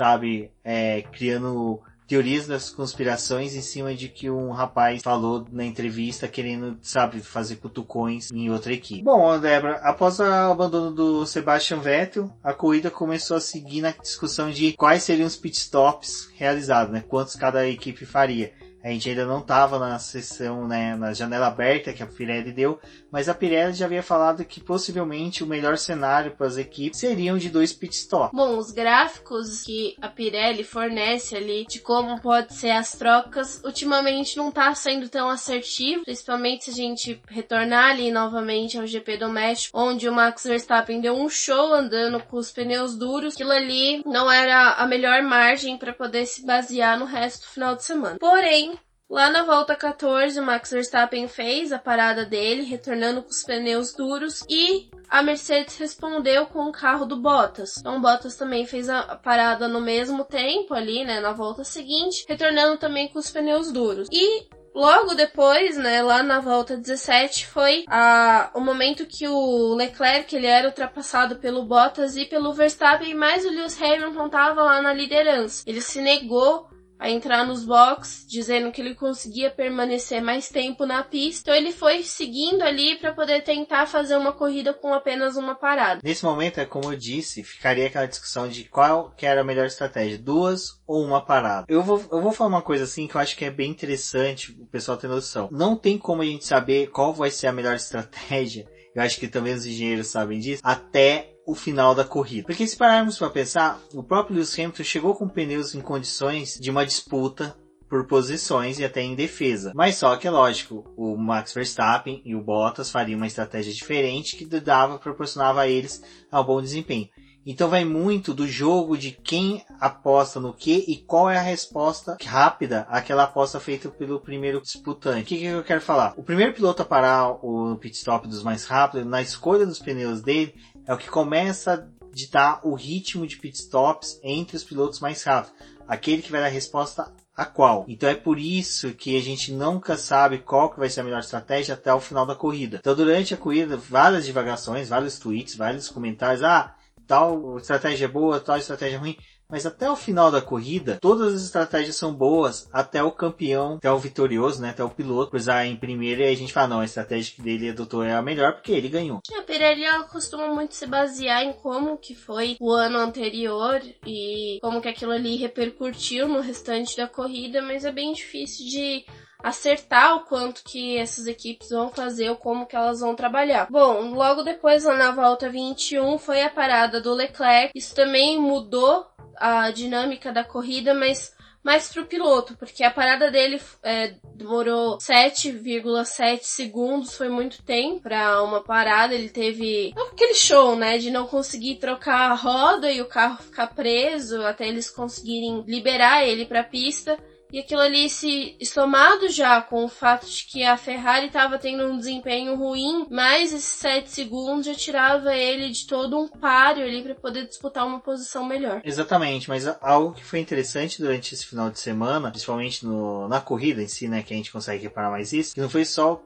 criando teorias das conspirações em cima de que um rapaz falou na entrevista querendo, fazer cutucões em outra equipe. Bom, Débora, após o abandono do Sebastian Vettel, a corrida começou a seguir na discussão de quais seriam os pitstops realizados, né? Quantos cada equipe faria. A gente ainda não estava na sessão, né, na janela aberta que a Pirelli deu, mas a Pirelli já havia falado que possivelmente o melhor cenário para as equipes seriam de 2 pitstops. Bom, os gráficos que a Pirelli fornece ali de como pode ser as trocas, ultimamente não está sendo tão assertivo, principalmente se a gente retornar ali novamente ao GP do México, onde o Max Verstappen deu um show andando com os pneus duros. Aquilo ali não era a melhor margem para poder se basear no resto do final de semana. Porém, lá na volta 14, o Max Verstappen fez a parada dele, retornando com os pneus duros, e a Mercedes respondeu com o carro do Bottas. Então o Bottas também fez a parada no mesmo tempo ali, né, na volta seguinte, retornando também com os pneus duros. E logo depois, né, lá na volta 17, foi o momento que o Leclerc ele era ultrapassado pelo Bottas e pelo Verstappen, mas o Lewis Hamilton estava lá na liderança. Ele se negou a entrar nos boxes, dizendo que ele conseguia permanecer mais tempo na pista. Então ele foi seguindo ali para poder tentar fazer uma corrida com apenas uma parada. Nesse momento, como eu disse, ficaria aquela discussão de qual que era a melhor estratégia, 2 ou uma parada. Eu vou falar uma coisa assim que eu acho que é bem interessante o pessoal ter noção. Não tem como a gente saber qual vai ser a melhor estratégia, eu acho que também os engenheiros sabem disso, até o final da corrida. Porque se pararmos para pensar, o próprio Lewis Hamilton chegou com pneus em condições de uma disputa por posições e até em defesa. Mas só que é lógico, o Max Verstappen e o Bottas fariam uma estratégia diferente que proporcionava a eles um bom desempenho. Então vai muito do jogo de quem aposta no que e qual é a resposta rápida àquela aposta feita pelo primeiro disputante. O que eu quero falar? O primeiro piloto a parar o pit stop dos mais rápidos, na escolha dos pneus dele, é o que começa a ditar o ritmo de pit stops entre os pilotos mais rápidos. Aquele que vai dar a resposta a qual. Então é por isso que a gente nunca sabe qual que vai ser a melhor estratégia até o final da corrida. Então durante a corrida, várias divagações, vários tweets, vários comentários. Tal estratégia é boa, tal estratégia é ruim. mas até o final da corrida, todas as estratégias são boas, até o campeão, até o vitorioso, né, até o piloto, cruzar em primeiro, e aí a gente fala, não, a estratégia que ele adotou é a melhor, porque ele ganhou. A Pirelli, ela costuma muito se basear em como que foi o ano anterior e como que aquilo ali repercutiu no restante da corrida, mas é bem difícil de acertar o quanto que essas equipes vão fazer ou como que elas vão trabalhar. Bom, logo depois, lá na volta 21, foi a parada do Leclerc. Isso também mudou a dinâmica da corrida, mas mais pro piloto, porque a parada dele demorou 7,7 segundos, foi muito tempo pra uma parada. Ele teve aquele show, né, de não conseguir trocar a roda e o carro ficar preso até eles conseguirem liberar ele pra pista. E aquilo ali, se somado já com o fato de que a Ferrari estava tendo um desempenho ruim, mais esses 7 segundos já tirava ele de todo um páreo ali para poder disputar uma posição melhor. Exatamente, mas algo que foi interessante durante esse final de semana, principalmente na corrida em si, né, que a gente consegue reparar mais isso, que não foi só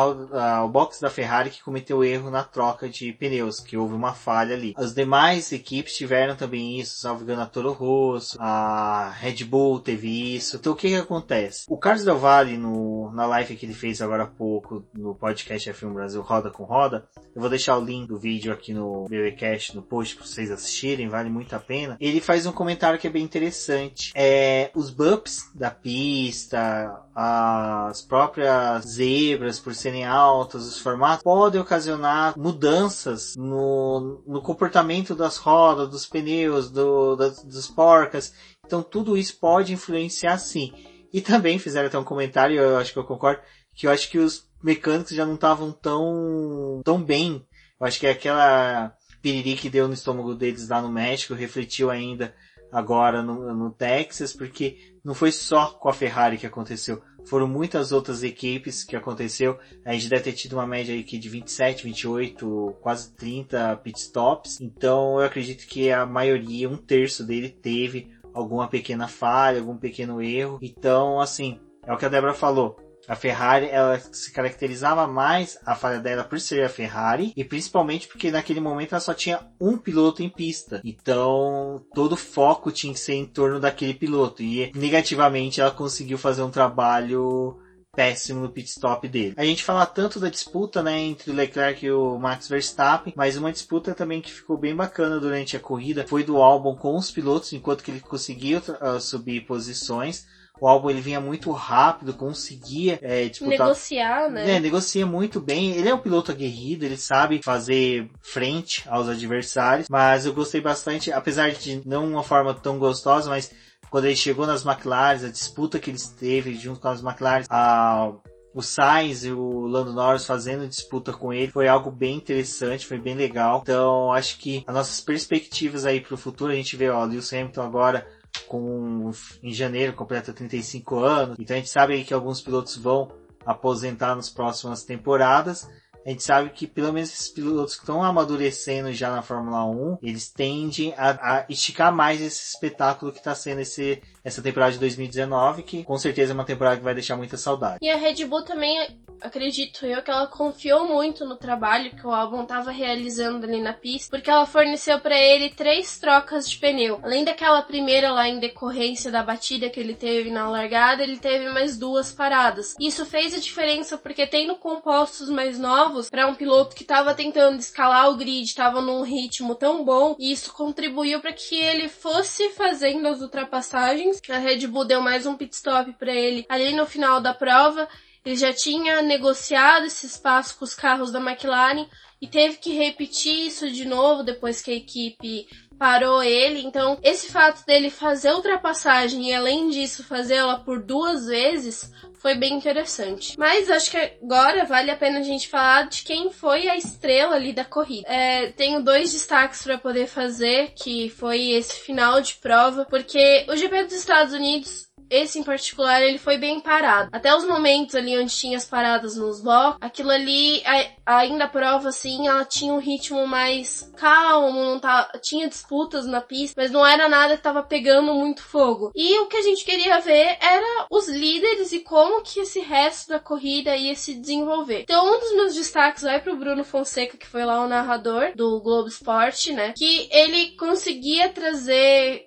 o box da Ferrari que cometeu erro na troca de pneus, que houve uma falha ali. As demais equipes tiveram também isso, salvo engano a Toro Rosso, a Red Bull teve isso. Então o que acontece? O Carlos Del Valle, na live que ele fez agora há pouco, no podcast F1 Brasil Roda com Roda, eu vou deixar o link do vídeo aqui no BBcast, no post, para vocês assistirem, vale muito a pena. Ele faz um comentário que é bem interessante. Os bumps da pista, as próprias zebras, por serem altas, os formatos, podem ocasionar mudanças no comportamento das rodas, dos pneus, das porcas. Então tudo isso pode influenciar sim. E também fizeram até um comentário, eu acho que eu concordo, que eu acho que os mecânicos já não estavam tão bem. Eu acho que aquela piriri que deu no estômago deles lá no México refletiu ainda agora no Texas, porque não foi só com a Ferrari que aconteceu. Foram muitas outras equipes que aconteceu. A gente deve ter tido uma média aqui de 27, 28, quase 30 pitstops. Então eu acredito que a maioria, 1/3 dele, teve alguma pequena falha, algum pequeno erro. Então, assim, é o que a Débora falou. A Ferrari, ela se caracterizava mais, a falha dela, por ser a Ferrari, e principalmente porque naquele momento ela só tinha um piloto em pista. Então, todo o foco tinha que ser em torno daquele piloto. E negativamente ela conseguiu fazer um trabalho péssimo no pit stop dele. A gente fala tanto da disputa, né, entre o Leclerc e o Max Verstappen, mas uma disputa também que ficou bem bacana durante a corrida foi do Albon com os pilotos, enquanto que ele conseguiu subir posições. O Albon, ele vinha muito rápido, conseguia disputar, negociar, né? Negocia muito bem. Ele é um piloto aguerrido, ele sabe fazer frente aos adversários, mas eu gostei bastante, apesar de não uma forma tão gostosa, mas quando ele chegou nas McLaren, a disputa que eles teve junto com as McLaren, o Sainz e o Lando Norris fazendo disputa com ele, foi algo bem interessante, foi bem legal. Então, acho que as nossas perspectivas aí para o futuro, a gente vê, Lewis Hamilton agora em janeiro completa 35 anos, então a gente sabe aí que alguns pilotos vão aposentar nas próximas temporadas. A gente sabe que pelo menos esses pilotos que estão amadurecendo já na Fórmula 1, eles tendem a esticar mais esse espetáculo que está sendo essa temporada de 2019, que com certeza é uma temporada que vai deixar muita saudade. E a Red Bull também, acredito eu, que ela confiou muito no trabalho que o Albon estava realizando ali na pista, porque ela forneceu para ele 3 trocas de pneu. Além daquela primeira lá em decorrência da batida que ele teve na largada, ele teve mais 2 paradas. Isso fez a diferença, porque tendo compostos mais novos, para um piloto que estava tentando escalar o grid, estava num ritmo tão bom, e isso contribuiu para que ele fosse fazendo as ultrapassagens. A Red Bull deu mais um pit stop para ele ali no final da prova. Ele já tinha negociado esse espaço com os carros da McLaren e teve que repetir isso de novo depois que a equipe parou ele. Então, esse fato dele fazer a ultrapassagem e, além disso, fazê-la por 2 vezes foi bem interessante. Mas acho que agora vale a pena a gente falar de quem foi a estrela ali da corrida. Tenho 2 destaques para poder fazer, que foi esse final de prova, porque o GP dos Estados Unidos, esse em particular, ele foi bem parado. Até os momentos ali onde tinha as paradas nos blocos, aquilo ali, ainda a prova assim, ela tinha um ritmo mais calmo, tinha disputas na pista, mas não era nada que tava pegando muito fogo. E o que a gente queria ver era os líderes e como que esse resto da corrida ia se desenvolver. Então, um dos meus destaques vai pro Bruno Fonseca, que foi lá o narrador do Globo Esporte, né? Que ele conseguia trazer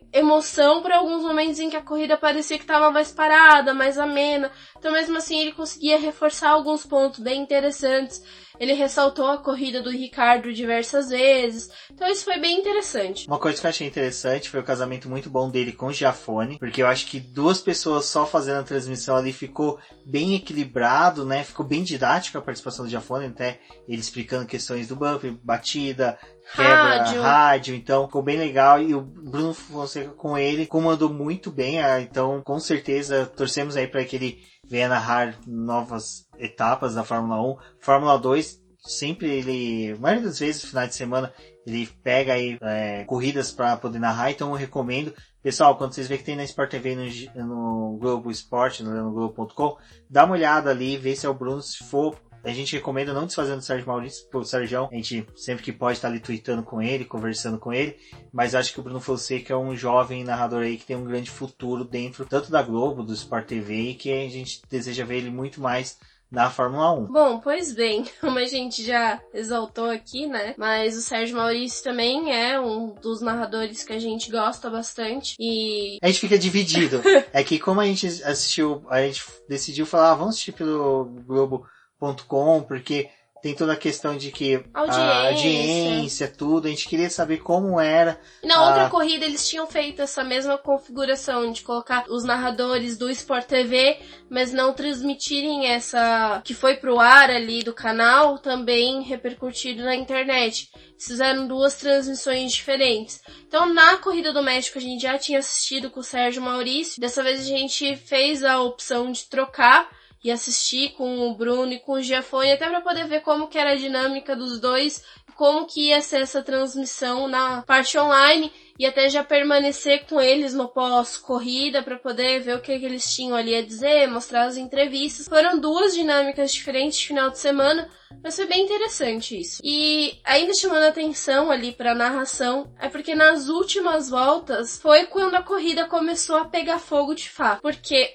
emoção por alguns momentos em que a corrida parecia que estava mais parada, mais amena. Então, mesmo assim, ele conseguia reforçar alguns pontos bem interessantes. Ele ressaltou a corrida do Ricardo diversas vezes. Então, isso foi bem interessante. Uma coisa que eu achei interessante foi o casamento muito bom dele com o Giafone, porque eu acho que duas pessoas só fazendo a transmissão ali ficou bem equilibrado, né? Ficou bem didático a participação do Giafone, até ele explicando questões do bump, batida, quebra, rádio, então ficou bem legal, e o Bruno Fonseca com ele comandou muito bem, então com certeza torcemos aí para que ele venha narrar novas etapas da Fórmula 1. Fórmula 2, sempre ele, a maioria das vezes, no final de semana, ele pega aí corridas para poder narrar, então eu recomendo. Pessoal, quando vocês verem que tem na Sport TV no Globo Esporte, no Globo.com, dá uma olhada ali, vê se é o Bruno, se for. A gente recomenda não desfazendo o Sérgio Maurício, o Sérgio, a gente sempre que pode estar ali tweetando com ele, conversando com ele, mas acho que o Bruno Fonseca é um jovem narrador aí que tem um grande futuro dentro, tanto da Globo, do Sport TV, e que a gente deseja ver ele muito mais na Fórmula 1. Bom, pois bem, como a gente já exaltou aqui, né, mas o Sérgio Maurício também é um dos narradores que a gente gosta bastante, e... A gente fica dividido, é que como a gente assistiu, a gente decidiu falar, vamos assistir pelo Globo.com, porque tem toda a questão de que a audiência, tudo, a gente queria saber como era. E na outra corrida eles tinham feito essa mesma configuração de colocar os narradores do Sport TV, mas não transmitirem essa que foi pro ar ali do canal, também repercutido na internet. Eles fizeram duas transmissões diferentes. Então na corrida do México a gente já tinha assistido com o Sérgio Maurício, dessa vez a gente fez a opção de trocar e assistir com o Bruno e com o Giafone, até para poder ver como que era a dinâmica dos dois, como que ia ser essa transmissão na parte online, e até já permanecer com eles no pós-corrida para poder ver o que eles tinham ali a dizer, mostrar as entrevistas. Foram duas dinâmicas diferentes de final de semana, mas foi bem interessante isso. E ainda chamando a atenção ali para a narração, é porque nas últimas voltas foi quando a corrida começou a pegar fogo de fato, porque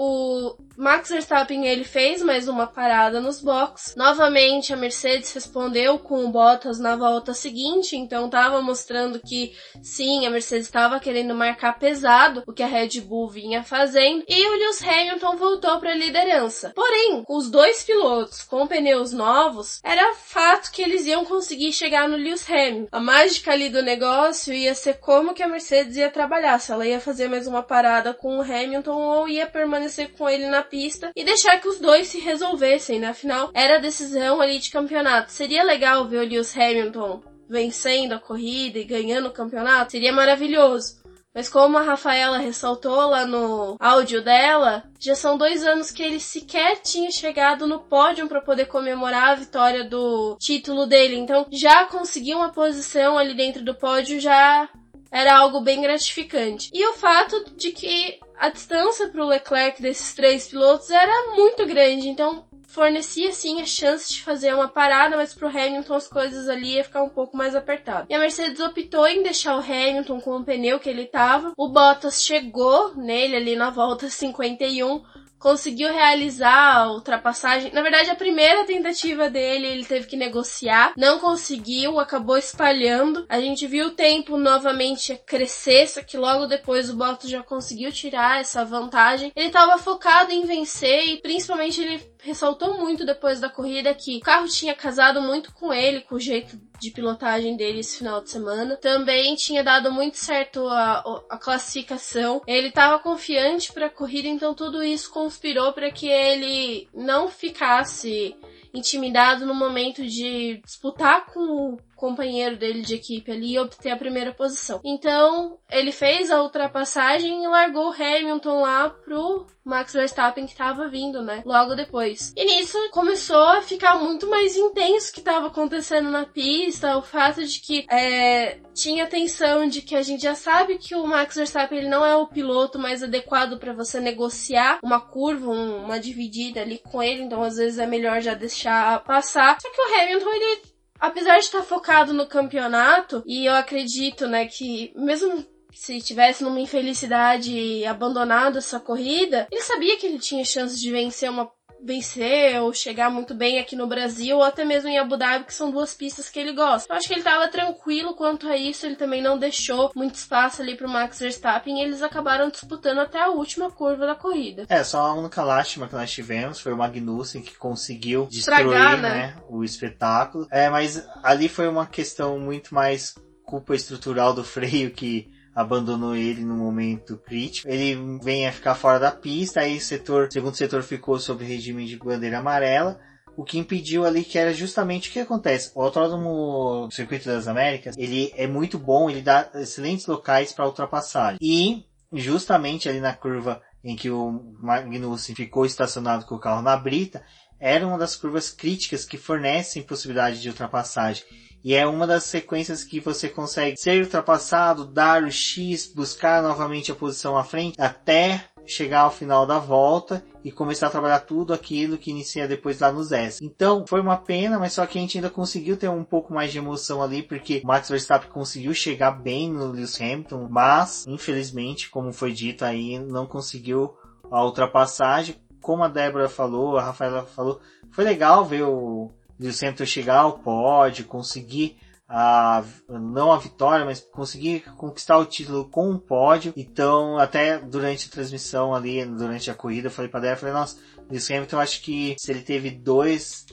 o Max Verstappen, ele fez mais uma parada nos boxes. Novamente a Mercedes respondeu com o Bottas na volta seguinte, então estava mostrando que sim, a Mercedes estava querendo marcar pesado o que a Red Bull vinha fazendo, e o Lewis Hamilton voltou para a liderança. Porém, com os dois pilotos com pneus novos, era fato que eles iam conseguir chegar no Lewis Hamilton. A mágica ali do negócio ia ser como que a Mercedes ia trabalhar, se ela ia fazer mais uma parada com o Hamilton ou ia permanecer com ele na pista e deixar que os dois se resolvessem, né? Afinal, era a decisão ali de campeonato. Seria legal ver o Lewis Hamilton vencendo a corrida e ganhando o campeonato? Seria maravilhoso. Mas como a Rafaela ressaltou lá no áudio dela, já são 2 anos que ele sequer tinha chegado no pódio para poder comemorar a vitória do título dele. Então, já conseguir uma posição ali dentro do pódio já era algo bem gratificante. E o fato de que a distância para o Leclerc desses 3 pilotos era muito grande, então fornecia sim a chance de fazer uma parada, mas pro Hamilton as coisas ali ia ficar um pouco mais apertado. E a Mercedes optou em deixar o Hamilton com o pneu que ele tava. O Bottas chegou nele ali na volta 51, conseguiu realizar a ultrapassagem. Na verdade, a primeira tentativa dele, ele teve que negociar. Não conseguiu, acabou espalhando. A gente viu o tempo novamente crescer, só que logo depois o Bottas já conseguiu tirar essa vantagem. Ele estava focado em vencer e principalmente ele ressaltou muito depois da corrida que o carro tinha casado muito com ele, com o jeito de pilotagem dele esse final de semana. Também tinha dado muito certo a classificação. Ele estava confiante para a corrida, então tudo isso conspirou para que ele não ficasse intimidado no momento de disputar com o companheiro dele de equipe ali e obter a primeira posição. Então, ele fez a ultrapassagem e largou o Hamilton lá pro Max Verstappen que tava vindo, né? Logo depois. E nisso começou a ficar muito mais intenso o que tava acontecendo na pista, o fato de que tinha tensão de que a gente já sabe que o Max Verstappen ele não é o piloto mais adequado para você negociar uma curva, uma dividida ali com ele, então às vezes é melhor já deixar passar. Só que o Hamilton, ele, apesar de estar focado no campeonato, e eu acredito, né, que mesmo se tivesse numa infelicidade e abandonado essa corrida, ele sabia que ele tinha chance de vencer vencer ou chegar muito bem aqui no Brasil, ou até mesmo em Abu Dhabi, que são 2 pistas que ele gosta. Eu acho que ele tava tranquilo quanto a isso, ele também não deixou muito espaço ali pro Max Verstappen, e eles acabaram disputando até a última curva da corrida. Só a única lástima que nós tivemos foi o Magnussen, que conseguiu destruir, estragar, né, o espetáculo. Mas ali foi uma questão muito mais culpa estrutural do freio que abandonou ele no momento crítico. Ele vem a ficar fora da pista, aí o segundo setor ficou sob regime de bandeira amarela, o que impediu ali, que era justamente o que acontece. O Autódromo Circuito das Américas, ele é muito bom, ele dá excelentes locais para ultrapassagem. E justamente ali na curva em que o Magnussen ficou estacionado com o carro na brita, era uma das curvas críticas que fornecem possibilidade de ultrapassagem. E é uma das sequências que você consegue ser ultrapassado, dar o X, buscar novamente a posição à frente, até chegar ao final da volta e começar a trabalhar tudo aquilo que inicia depois lá nos S. Então, foi uma pena, mas só que a gente ainda conseguiu ter um pouco mais de emoção ali, porque o Max Verstappen conseguiu chegar bem no Lewis Hamilton, mas, infelizmente, como foi dito aí, não conseguiu a ultrapassagem. Como a Débora falou, a Rafaela falou, foi legal ver o Lewis Hamilton chegar ao pódio, conseguir não a vitória, mas conseguir conquistar o título com um pódio. Então, até durante a transmissão ali, durante a corrida, eu falei pra Débora, falei, nossa, Lewis Hamilton, acho que se ele teve dois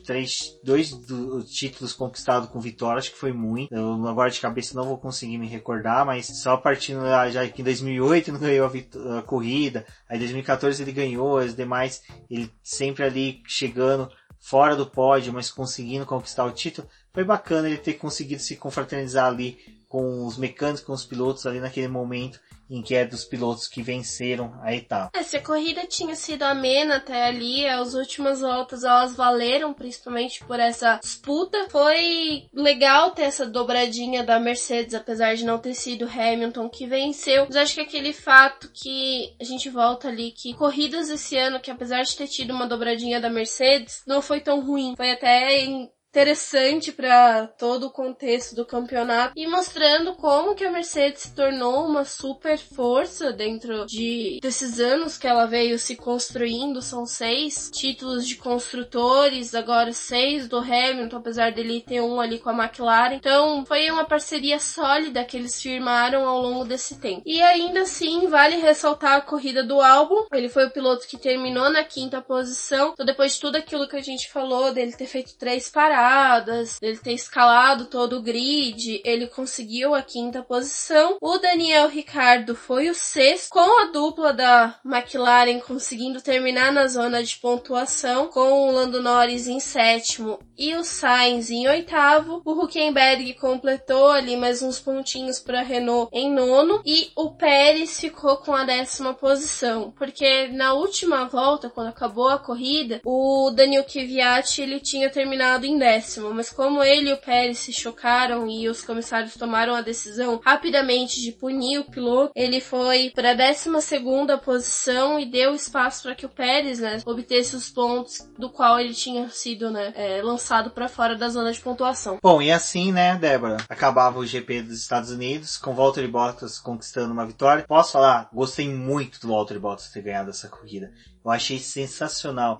títulos conquistados com vitória, acho que foi muito. Eu agora de cabeça não vou conseguir me recordar, mas só partindo já que em 2008 ele não ganhou a corrida, aí em 2014 ele ganhou, as demais, ele sempre ali chegando fora do pódio, mas conseguindo conquistar o título. Foi bacana ele ter conseguido se confraternizar ali com os mecânicos, com os pilotos ali naquele momento em que é dos pilotos que venceram a etapa. Se a corrida tinha sido amena até ali, as últimas voltas elas valeram, principalmente por essa disputa. Foi legal ter essa dobradinha da Mercedes, apesar de não ter sido Hamilton que venceu. Mas acho que aquele fato que a gente volta ali, que corridas esse ano, que apesar de ter tido uma dobradinha da Mercedes, não foi tão ruim. Foi até interessante para todo o contexto do campeonato e mostrando como que a Mercedes se tornou uma super força dentro desses anos que ela veio se construindo. São 6 títulos de construtores, agora 6 do Hamilton, apesar dele ter um ali com a McLaren. Então foi uma parceria sólida que eles firmaram ao longo desse tempo. E ainda assim vale ressaltar a corrida do Albon. Ele foi o piloto que terminou na 5ª posição. Então depois de tudo aquilo que a gente falou, dele ter feito 3 paradas, dele ter escalado todo o grid, ele conseguiu a 5ª posição. O Daniel Ricciardo foi o 6º, com a dupla da McLaren conseguindo terminar na zona de pontuação, com o Lando Norris em 7º e o Sainz em 8º. O Hülkenberg completou ali mais uns pontinhos para a Renault em 9º e o Pérez ficou com a 10ª posição, porque na última volta, quando acabou a corrida, o Daniil Kvyat ele tinha terminado em 10º, mas como ele e o Pérez se chocaram e os comissários tomaram a decisão rapidamente de punir o piloto, ele foi para a 12ª posição e deu espaço para que o Pérez, obtesse os pontos do qual ele tinha sido, lançado para fora da zona de pontuação. Bom, e assim, Débora, acabava o GP dos Estados Unidos, com Valtteri Bottas conquistando uma vitória. Posso falar? Gostei muito do Valtteri Bottas ter ganhado essa corrida. Eu achei sensacional.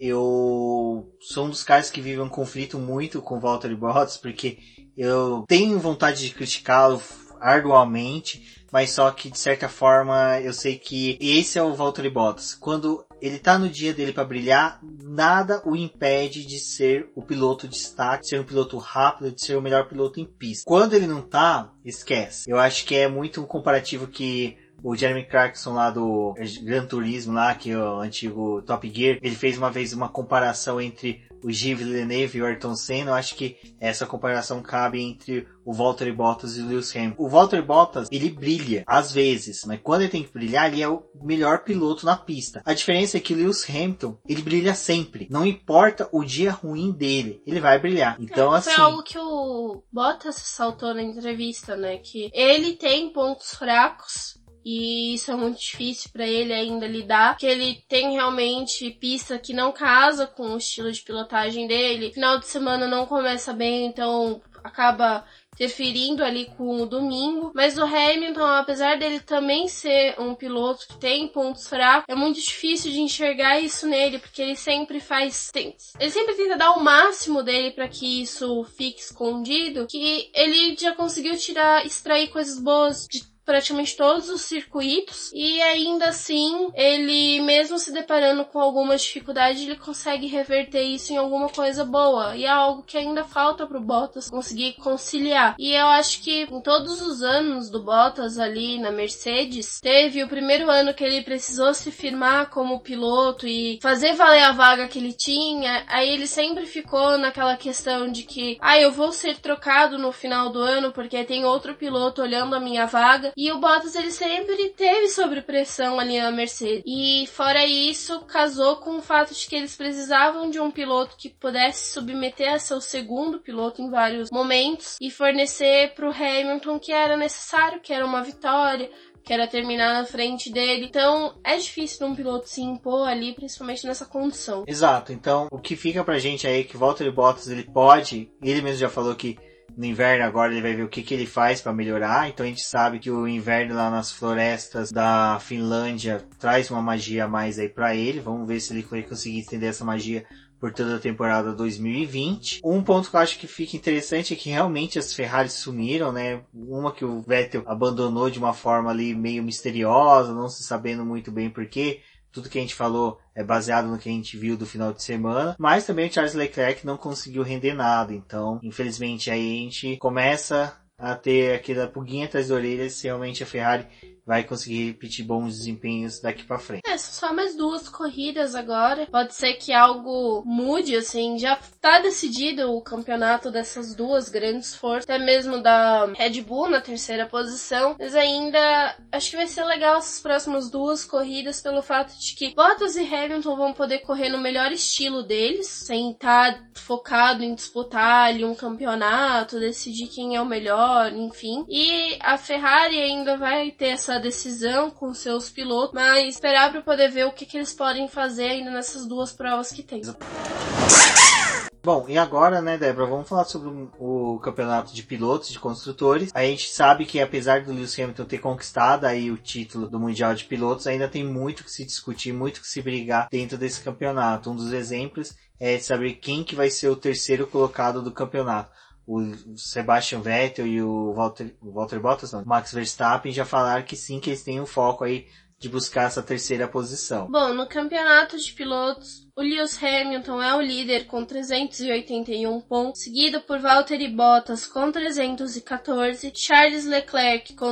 Eu sou um dos caras que vive um conflito muito com o Valtteri Bottas, porque eu tenho vontade de criticá-lo arduamente, mas só que de certa forma eu sei que esse é o Valtteri Bottas. Quando ele tá no dia dele para brilhar, nada o impede de ser o piloto de destaque, de ser um piloto rápido, de ser o melhor piloto em pista. Quando ele não tá, esquece. Eu acho que é muito um comparativo que o Jeremy Clarkson lá do Gran Turismo lá, que é o antigo Top Gear, ele fez uma vez uma comparação entre o Gilles Villeneuve e o Ayrton Senna. Eu acho que essa comparação cabe entre o Valtteri Bottas e o Lewis Hamilton. O Valtteri Bottas, ele brilha às vezes, mas quando ele tem que brilhar, ele é o melhor piloto na pista. A diferença é que o Lewis Hamilton, ele brilha sempre. Não importa o dia ruim dele, ele vai brilhar. Então, assim... Foi algo que o Bottas saltou na entrevista, que ele tem pontos fracos, e isso é muito difícil para ele ainda lidar, porque ele tem realmente pista que não casa com o estilo de pilotagem dele. Final de semana não começa bem, então acaba interferindo ali com o domingo, mas o Hamilton, apesar dele também ser um piloto que tem pontos fracos, é muito difícil de enxergar isso nele, porque ele sempre tenta dar o máximo dele para que isso fique escondido, que ele já conseguiu extrair coisas boas de praticamente todos os circuitos, e ainda assim, ele mesmo se deparando com algumas dificuldades, ele consegue reverter isso em alguma coisa boa, e é algo que ainda falta pro Bottas conseguir conciliar. E eu acho que em todos os anos do Bottas ali na Mercedes, teve o primeiro ano que ele precisou se firmar como piloto e fazer valer a vaga que ele tinha, aí ele sempre ficou naquela questão de que, eu vou ser trocado no final do ano porque tem outro piloto olhando a minha vaga. E o Bottas, ele sempre teve sob pressão ali na Mercedes. E fora isso, casou com o fato de que eles precisavam de um piloto que pudesse submeter a seu segundo piloto em vários momentos e fornecer para o Hamilton que era necessário, que era uma vitória, que era terminar na frente dele. Então, é difícil um piloto se impor ali, principalmente nessa condição. Exato. Então, o que fica pra gente aí é que o Valtteri Bottas, ele mesmo já falou que no inverno agora ele vai ver o que ele faz para melhorar. Então a gente sabe que o inverno lá nas florestas da Finlândia traz uma magia a mais aí para ele. Vamos ver se ele vai conseguir estender essa magia por toda a temporada 2020. Um ponto que eu acho que fica interessante é que realmente as Ferraris sumiram, né? Uma que o Vettel abandonou de uma forma ali meio misteriosa, não se sabendo muito bem porquê. Tudo que a gente falou é baseado no que a gente viu do final de semana, mas também o Charles Leclerc não conseguiu render nada, então infelizmente aí a gente começa a ter aquela pulguinha atrás da orelha se realmente a Ferrari vai conseguir repetir bons desempenhos daqui pra frente. São só mais 2 corridas agora. Pode ser que algo mude, assim. Já tá decidido o campeonato dessas 2 grandes forças. Até mesmo da Red Bull na 3ª posição. Mas ainda acho que vai ser legal essas próximas 2 corridas pelo fato de que Bottas e Hamilton vão poder correr no melhor estilo deles, sem estar focado em disputar ali um campeonato, decidir quem é o melhor, enfim. E a Ferrari ainda vai ter essa decisão com seus pilotos, mas esperar para poder ver o que eles podem fazer ainda nessas 2 provas que tem. Bom, e agora, né, Débora, vamos falar sobre o campeonato de pilotos, de construtores. A gente sabe que apesar do Lewis Hamilton ter conquistado aí o título do Mundial de Pilotos, ainda tem muito que se discutir, muito que se brigar dentro desse campeonato. Um dos exemplos é saber quem que vai ser o terceiro colocado do campeonato. O Sebastian Vettel e o Valtteri Bottas, não, o Max Verstappen já falaram que sim, que eles têm um foco aí de buscar essa terceira posição. Bom, no campeonato de pilotos, o Lewis Hamilton é o líder com 381 pontos, seguido por Valtteri Bottas com 314, Charles Leclerc com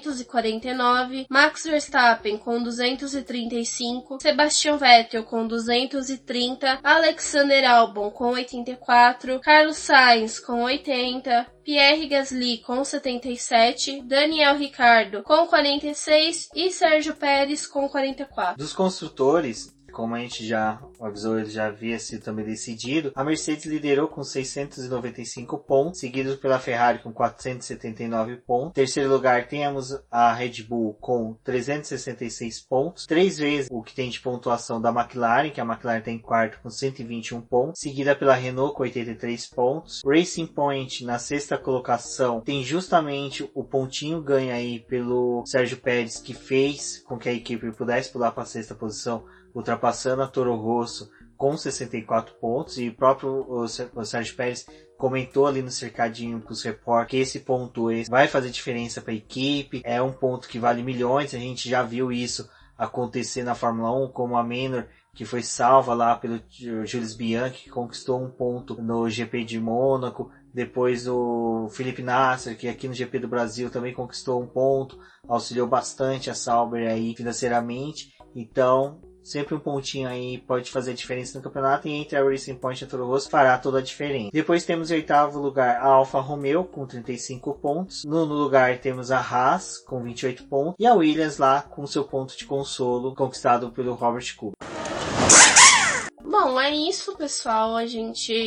249, Max Verstappen com 235, Sebastian Vettel com 230, Alexander Albon com 84, Carlos Sainz com 80, Pierre Gasly com 77, Daniel Ricciardo com 46 e Sérgio Pérez com 44. Dos construtores, como a gente já avisou, ele já havia sido também decidido, a Mercedes liderou com 695 pontos, seguido pela Ferrari com 479 pontos. Em terceiro lugar temos a Red Bull com 366 pontos, 3 vezes o que tem de pontuação da McLaren, que a McLaren tem em quarto com 121 pontos, seguida pela Renault com 83 pontos. Racing Point na 6ª colocação tem justamente o pontinho ganho aí pelo Sérgio Pérez, que fez com que a equipe pudesse pular para a 6ª posição, ultrapassando a Toro Rosso com 64 pontos, e o próprio o Sérgio Pérez comentou ali no cercadinho para os repórteres que esse ponto vai fazer diferença para a equipe, é um ponto que vale milhões. A gente já viu isso acontecer na Fórmula 1, como a Manor, que foi salva lá pelo Jules Bianchi, que conquistou um ponto no GP de Mônaco. Depois o Felipe Nasser, que aqui no GP do Brasil também conquistou um ponto, auxiliou bastante a Sauber aí financeiramente. Então, sempre um pontinho aí pode fazer a diferença no campeonato, e entre a Racing Point e a Toro Rosso fará toda a diferença. Depois temos em 8º lugar a Alfa Romeo com 35 pontos. No nono lugar temos a Haas com 28 pontos. E a Williams lá com seu ponto de consolo conquistado pelo Robert Kubica. Bom, é isso, pessoal. A gente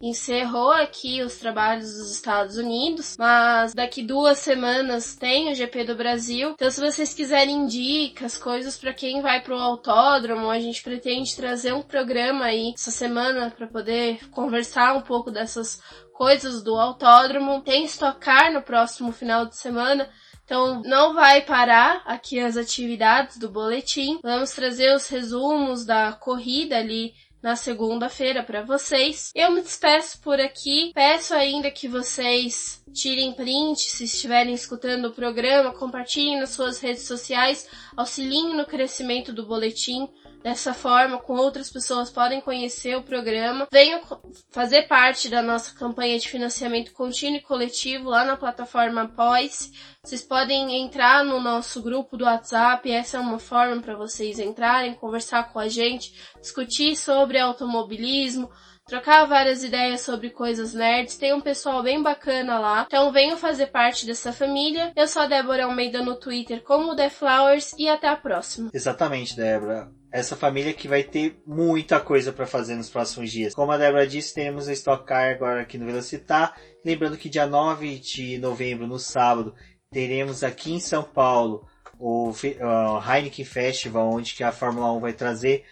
encerrou aqui os trabalhos dos Estados Unidos, mas daqui 2 semanas tem o GP do Brasil. Então, se vocês quiserem dicas, coisas para quem vai pro autódromo, a gente pretende trazer um programa aí essa semana para poder conversar um pouco dessas coisas do autódromo. Tem Stock Car no próximo final de semana. Então, não vai parar aqui as atividades do boletim. Vamos trazer os resumos da corrida ali na segunda-feira para vocês. Eu me despeço por aqui. Peço ainda que vocês tirem print se estiverem escutando o programa, compartilhem nas suas redes sociais, auxiliem no crescimento do boletim. Dessa forma, com outras pessoas podem conhecer o programa. Venham fazer parte da nossa campanha de financiamento contínuo e coletivo lá na plataforma Apoia-se. Vocês podem entrar no nosso grupo do WhatsApp, essa é uma forma para vocês entrarem, conversar com a gente, discutir sobre automobilismo, trocar várias ideias sobre coisas nerds. Tem um pessoal bem bacana lá. Então venham fazer parte dessa família. Eu sou a Débora Almeida no Twitter como The Flowers e até a próxima. Exatamente, Débora. Essa família que vai ter muita coisa para fazer nos próximos dias. Como a Débora disse, temos a Stock Car agora aqui no Velocitar. Lembrando que dia 9 de novembro, no sábado, teremos aqui em São Paulo o Heineken Festival, onde que a Fórmula 1 vai trazer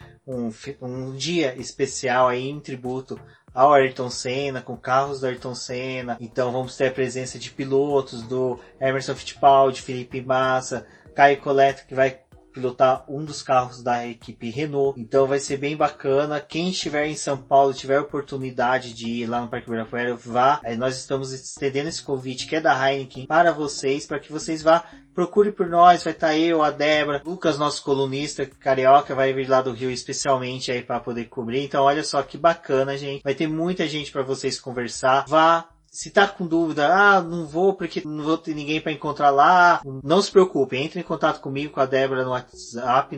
um dia especial aí em tributo ao Ayrton Senna, com carros do Ayrton Senna. Então vamos ter a presença de pilotos do Emerson Fittipaldi, Felipe Massa, Caio Collet, que vai pilotar um dos carros da equipe Renault. Então vai ser bem bacana. Quem estiver em São Paulo, tiver oportunidade de ir lá no Parque Ibirapuera, vá. Nós estamos estendendo esse convite que é da Heineken para vocês, para que vocês vá. Procure por nós, vai estar eu, a Débora, Lucas, nosso colunista carioca, vai vir lá do Rio especialmente aí para poder cobrir. Então olha só que bacana, gente. Vai ter muita gente para vocês conversar. Vá. Se tá com dúvida, não vou porque não vou ter ninguém para encontrar lá, não se preocupe, entre em contato comigo, com a Débora no WhatsApp,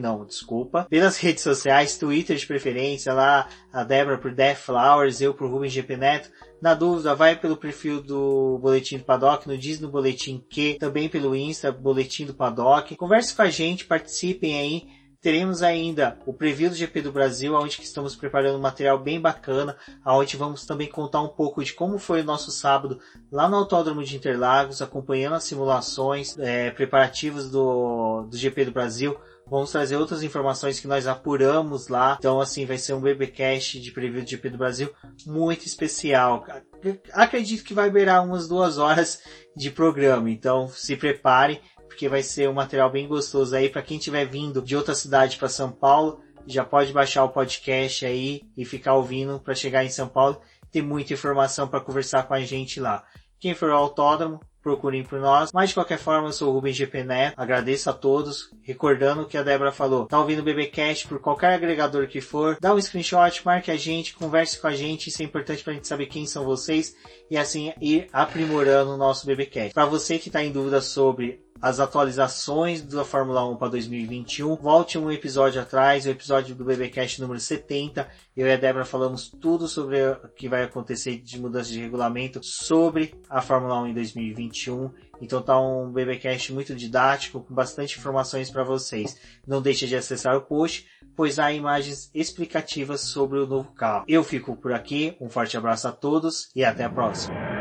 pelas redes sociais, Twitter de preferência, lá a Débora por The Flowers, eu por Rubens GP Neto. Na dúvida, vai pelo perfil do Boletim do Paddock, no Diz no Boletim que, também pelo Insta, Boletim do Paddock. Converse com a gente, participem aí. Teremos ainda o preview do GP do Brasil, onde estamos preparando um material bem bacana, onde vamos também contar um pouco de como foi o nosso sábado lá no Autódromo de Interlagos, acompanhando as simulações preparativas do GP do Brasil. Vamos trazer outras informações que nós apuramos lá. Então, assim, vai ser um BBcast de preview do GP do Brasil muito especial. Acredito que vai beirar umas 2 horas de programa, então se prepare, porque vai ser um material bem gostoso aí para quem estiver vindo de outra cidade para São Paulo. Já pode baixar o podcast aí e ficar ouvindo para chegar em São Paulo. Tem muita informação para conversar com a gente lá. Quem for ao autódromo, procurem por nós. Mas de qualquer forma, eu sou o Rubens GP Neto. Agradeço a todos. Recordando o que a Débora falou. Tá ouvindo o BBcast por qualquer agregador que for. Dá um screenshot, marque a gente, converse com a gente. Isso é importante pra gente saber quem são vocês. E assim ir aprimorando o nosso BBcast. Para você que tá em dúvida sobre as atualizações da Fórmula 1 para 2021, volte um episódio atrás, o episódio do BBcast número 70. Eu e a Débora falamos tudo sobre o que vai acontecer de mudança de regulamento sobre a Fórmula 1 em 2021. Então tá um BBcast muito didático, com bastante informações para vocês. Não deixe de acessar o post, pois há imagens explicativas sobre o novo carro. Eu fico por aqui, um forte abraço a todos e até a próxima.